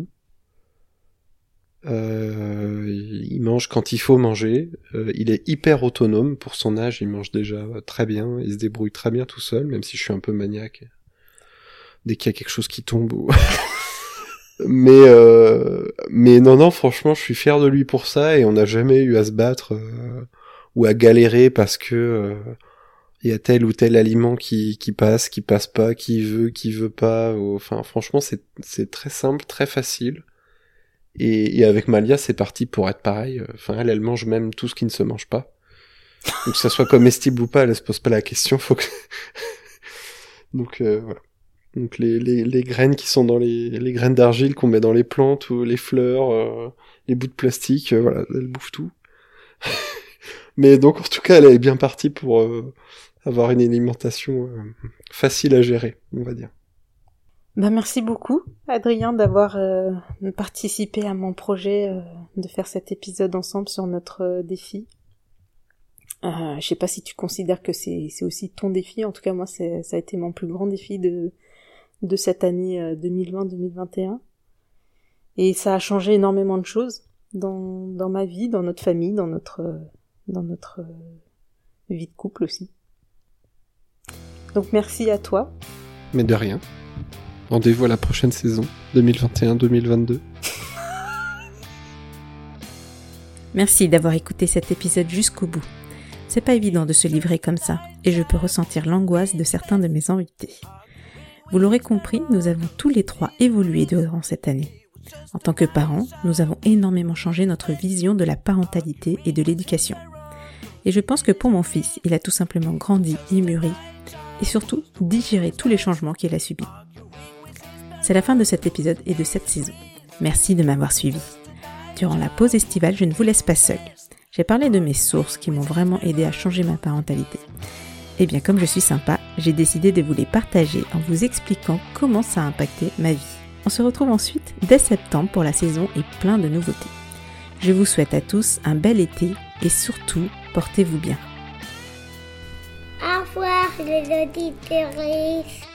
Speaker 4: Euh, il mange quand il faut manger, euh, il est hyper autonome pour son âge, il mange déjà très bien, il se débrouille très bien tout seul, même si je suis un peu maniaque. Dès qu'il y a quelque chose qui tombe ou... mais euh, mais non non, franchement, je suis fier de lui pour ça, et on n'a jamais eu à se battre euh, ou à galérer parce que euh, il y a tel ou tel aliment qui, qui passe, qui passe pas, qui veut, qui veut pas. Enfin, franchement, c'est, c'est très simple, très facile. Et, et avec Malia, c'est parti pour être pareil. Enfin, elle, elle mange même tout ce qui ne se mange pas. Donc, que ça soit comestible ou pas, elle se pose pas la question. Faut que... Donc, euh, voilà. Donc, les, les, les graines qui sont dans les, les graines d'argile qu'on met dans les plantes, ou les fleurs, euh, les bouts de plastique, euh, voilà, elle bouffe tout. Mais donc, en tout cas, elle est bien partie pour... Euh, avoir une alimentation euh, facile à gérer, on va dire.
Speaker 1: Ben merci beaucoup, Adrien, d'avoir euh, participé à mon projet euh, de faire cet épisode ensemble sur notre euh, défi. Euh, je sais pas si tu considères que c'est, c'est aussi ton défi. En tout cas, moi, c'est, ça a été mon plus grand défi de, de cette année euh, deux mille vingt deux mille vingt et un. Et ça a changé énormément de choses dans, dans ma vie, dans notre famille, dans notre, euh, dans notre euh, vie de couple aussi. Donc merci à toi.
Speaker 4: Mais de rien. Rendez-vous à la prochaine saison, deux mille vingt et un deux mille vingt-deux.
Speaker 1: Merci d'avoir écouté cet épisode jusqu'au bout. C'est pas évident de se livrer comme ça, et je peux ressentir l'angoisse de certains de mes invités. Vous l'aurez compris, nous avons tous les trois évolué durant cette année. En tant que parents, nous avons énormément changé notre vision de la parentalité et de l'éducation. Et je pense que pour mon fils, il a tout simplement grandi et mûri, et surtout digéré tous les changements qu'il a subis. C'est la fin de cet épisode et de cette saison. Merci de m'avoir suivi. Durant la pause estivale, je ne vous laisse pas seul. J'ai parlé de mes sources qui m'ont vraiment aidé à changer ma parentalité. Et bien comme je suis sympa, j'ai décidé de vous les partager en vous expliquant comment ça a impacté ma vie. On se retrouve ensuite dès septembre pour la saison et plein de nouveautés. Je vous souhaite à tous un bel été et surtout, portez-vous bien.
Speaker 2: Au revoir les auditeurs.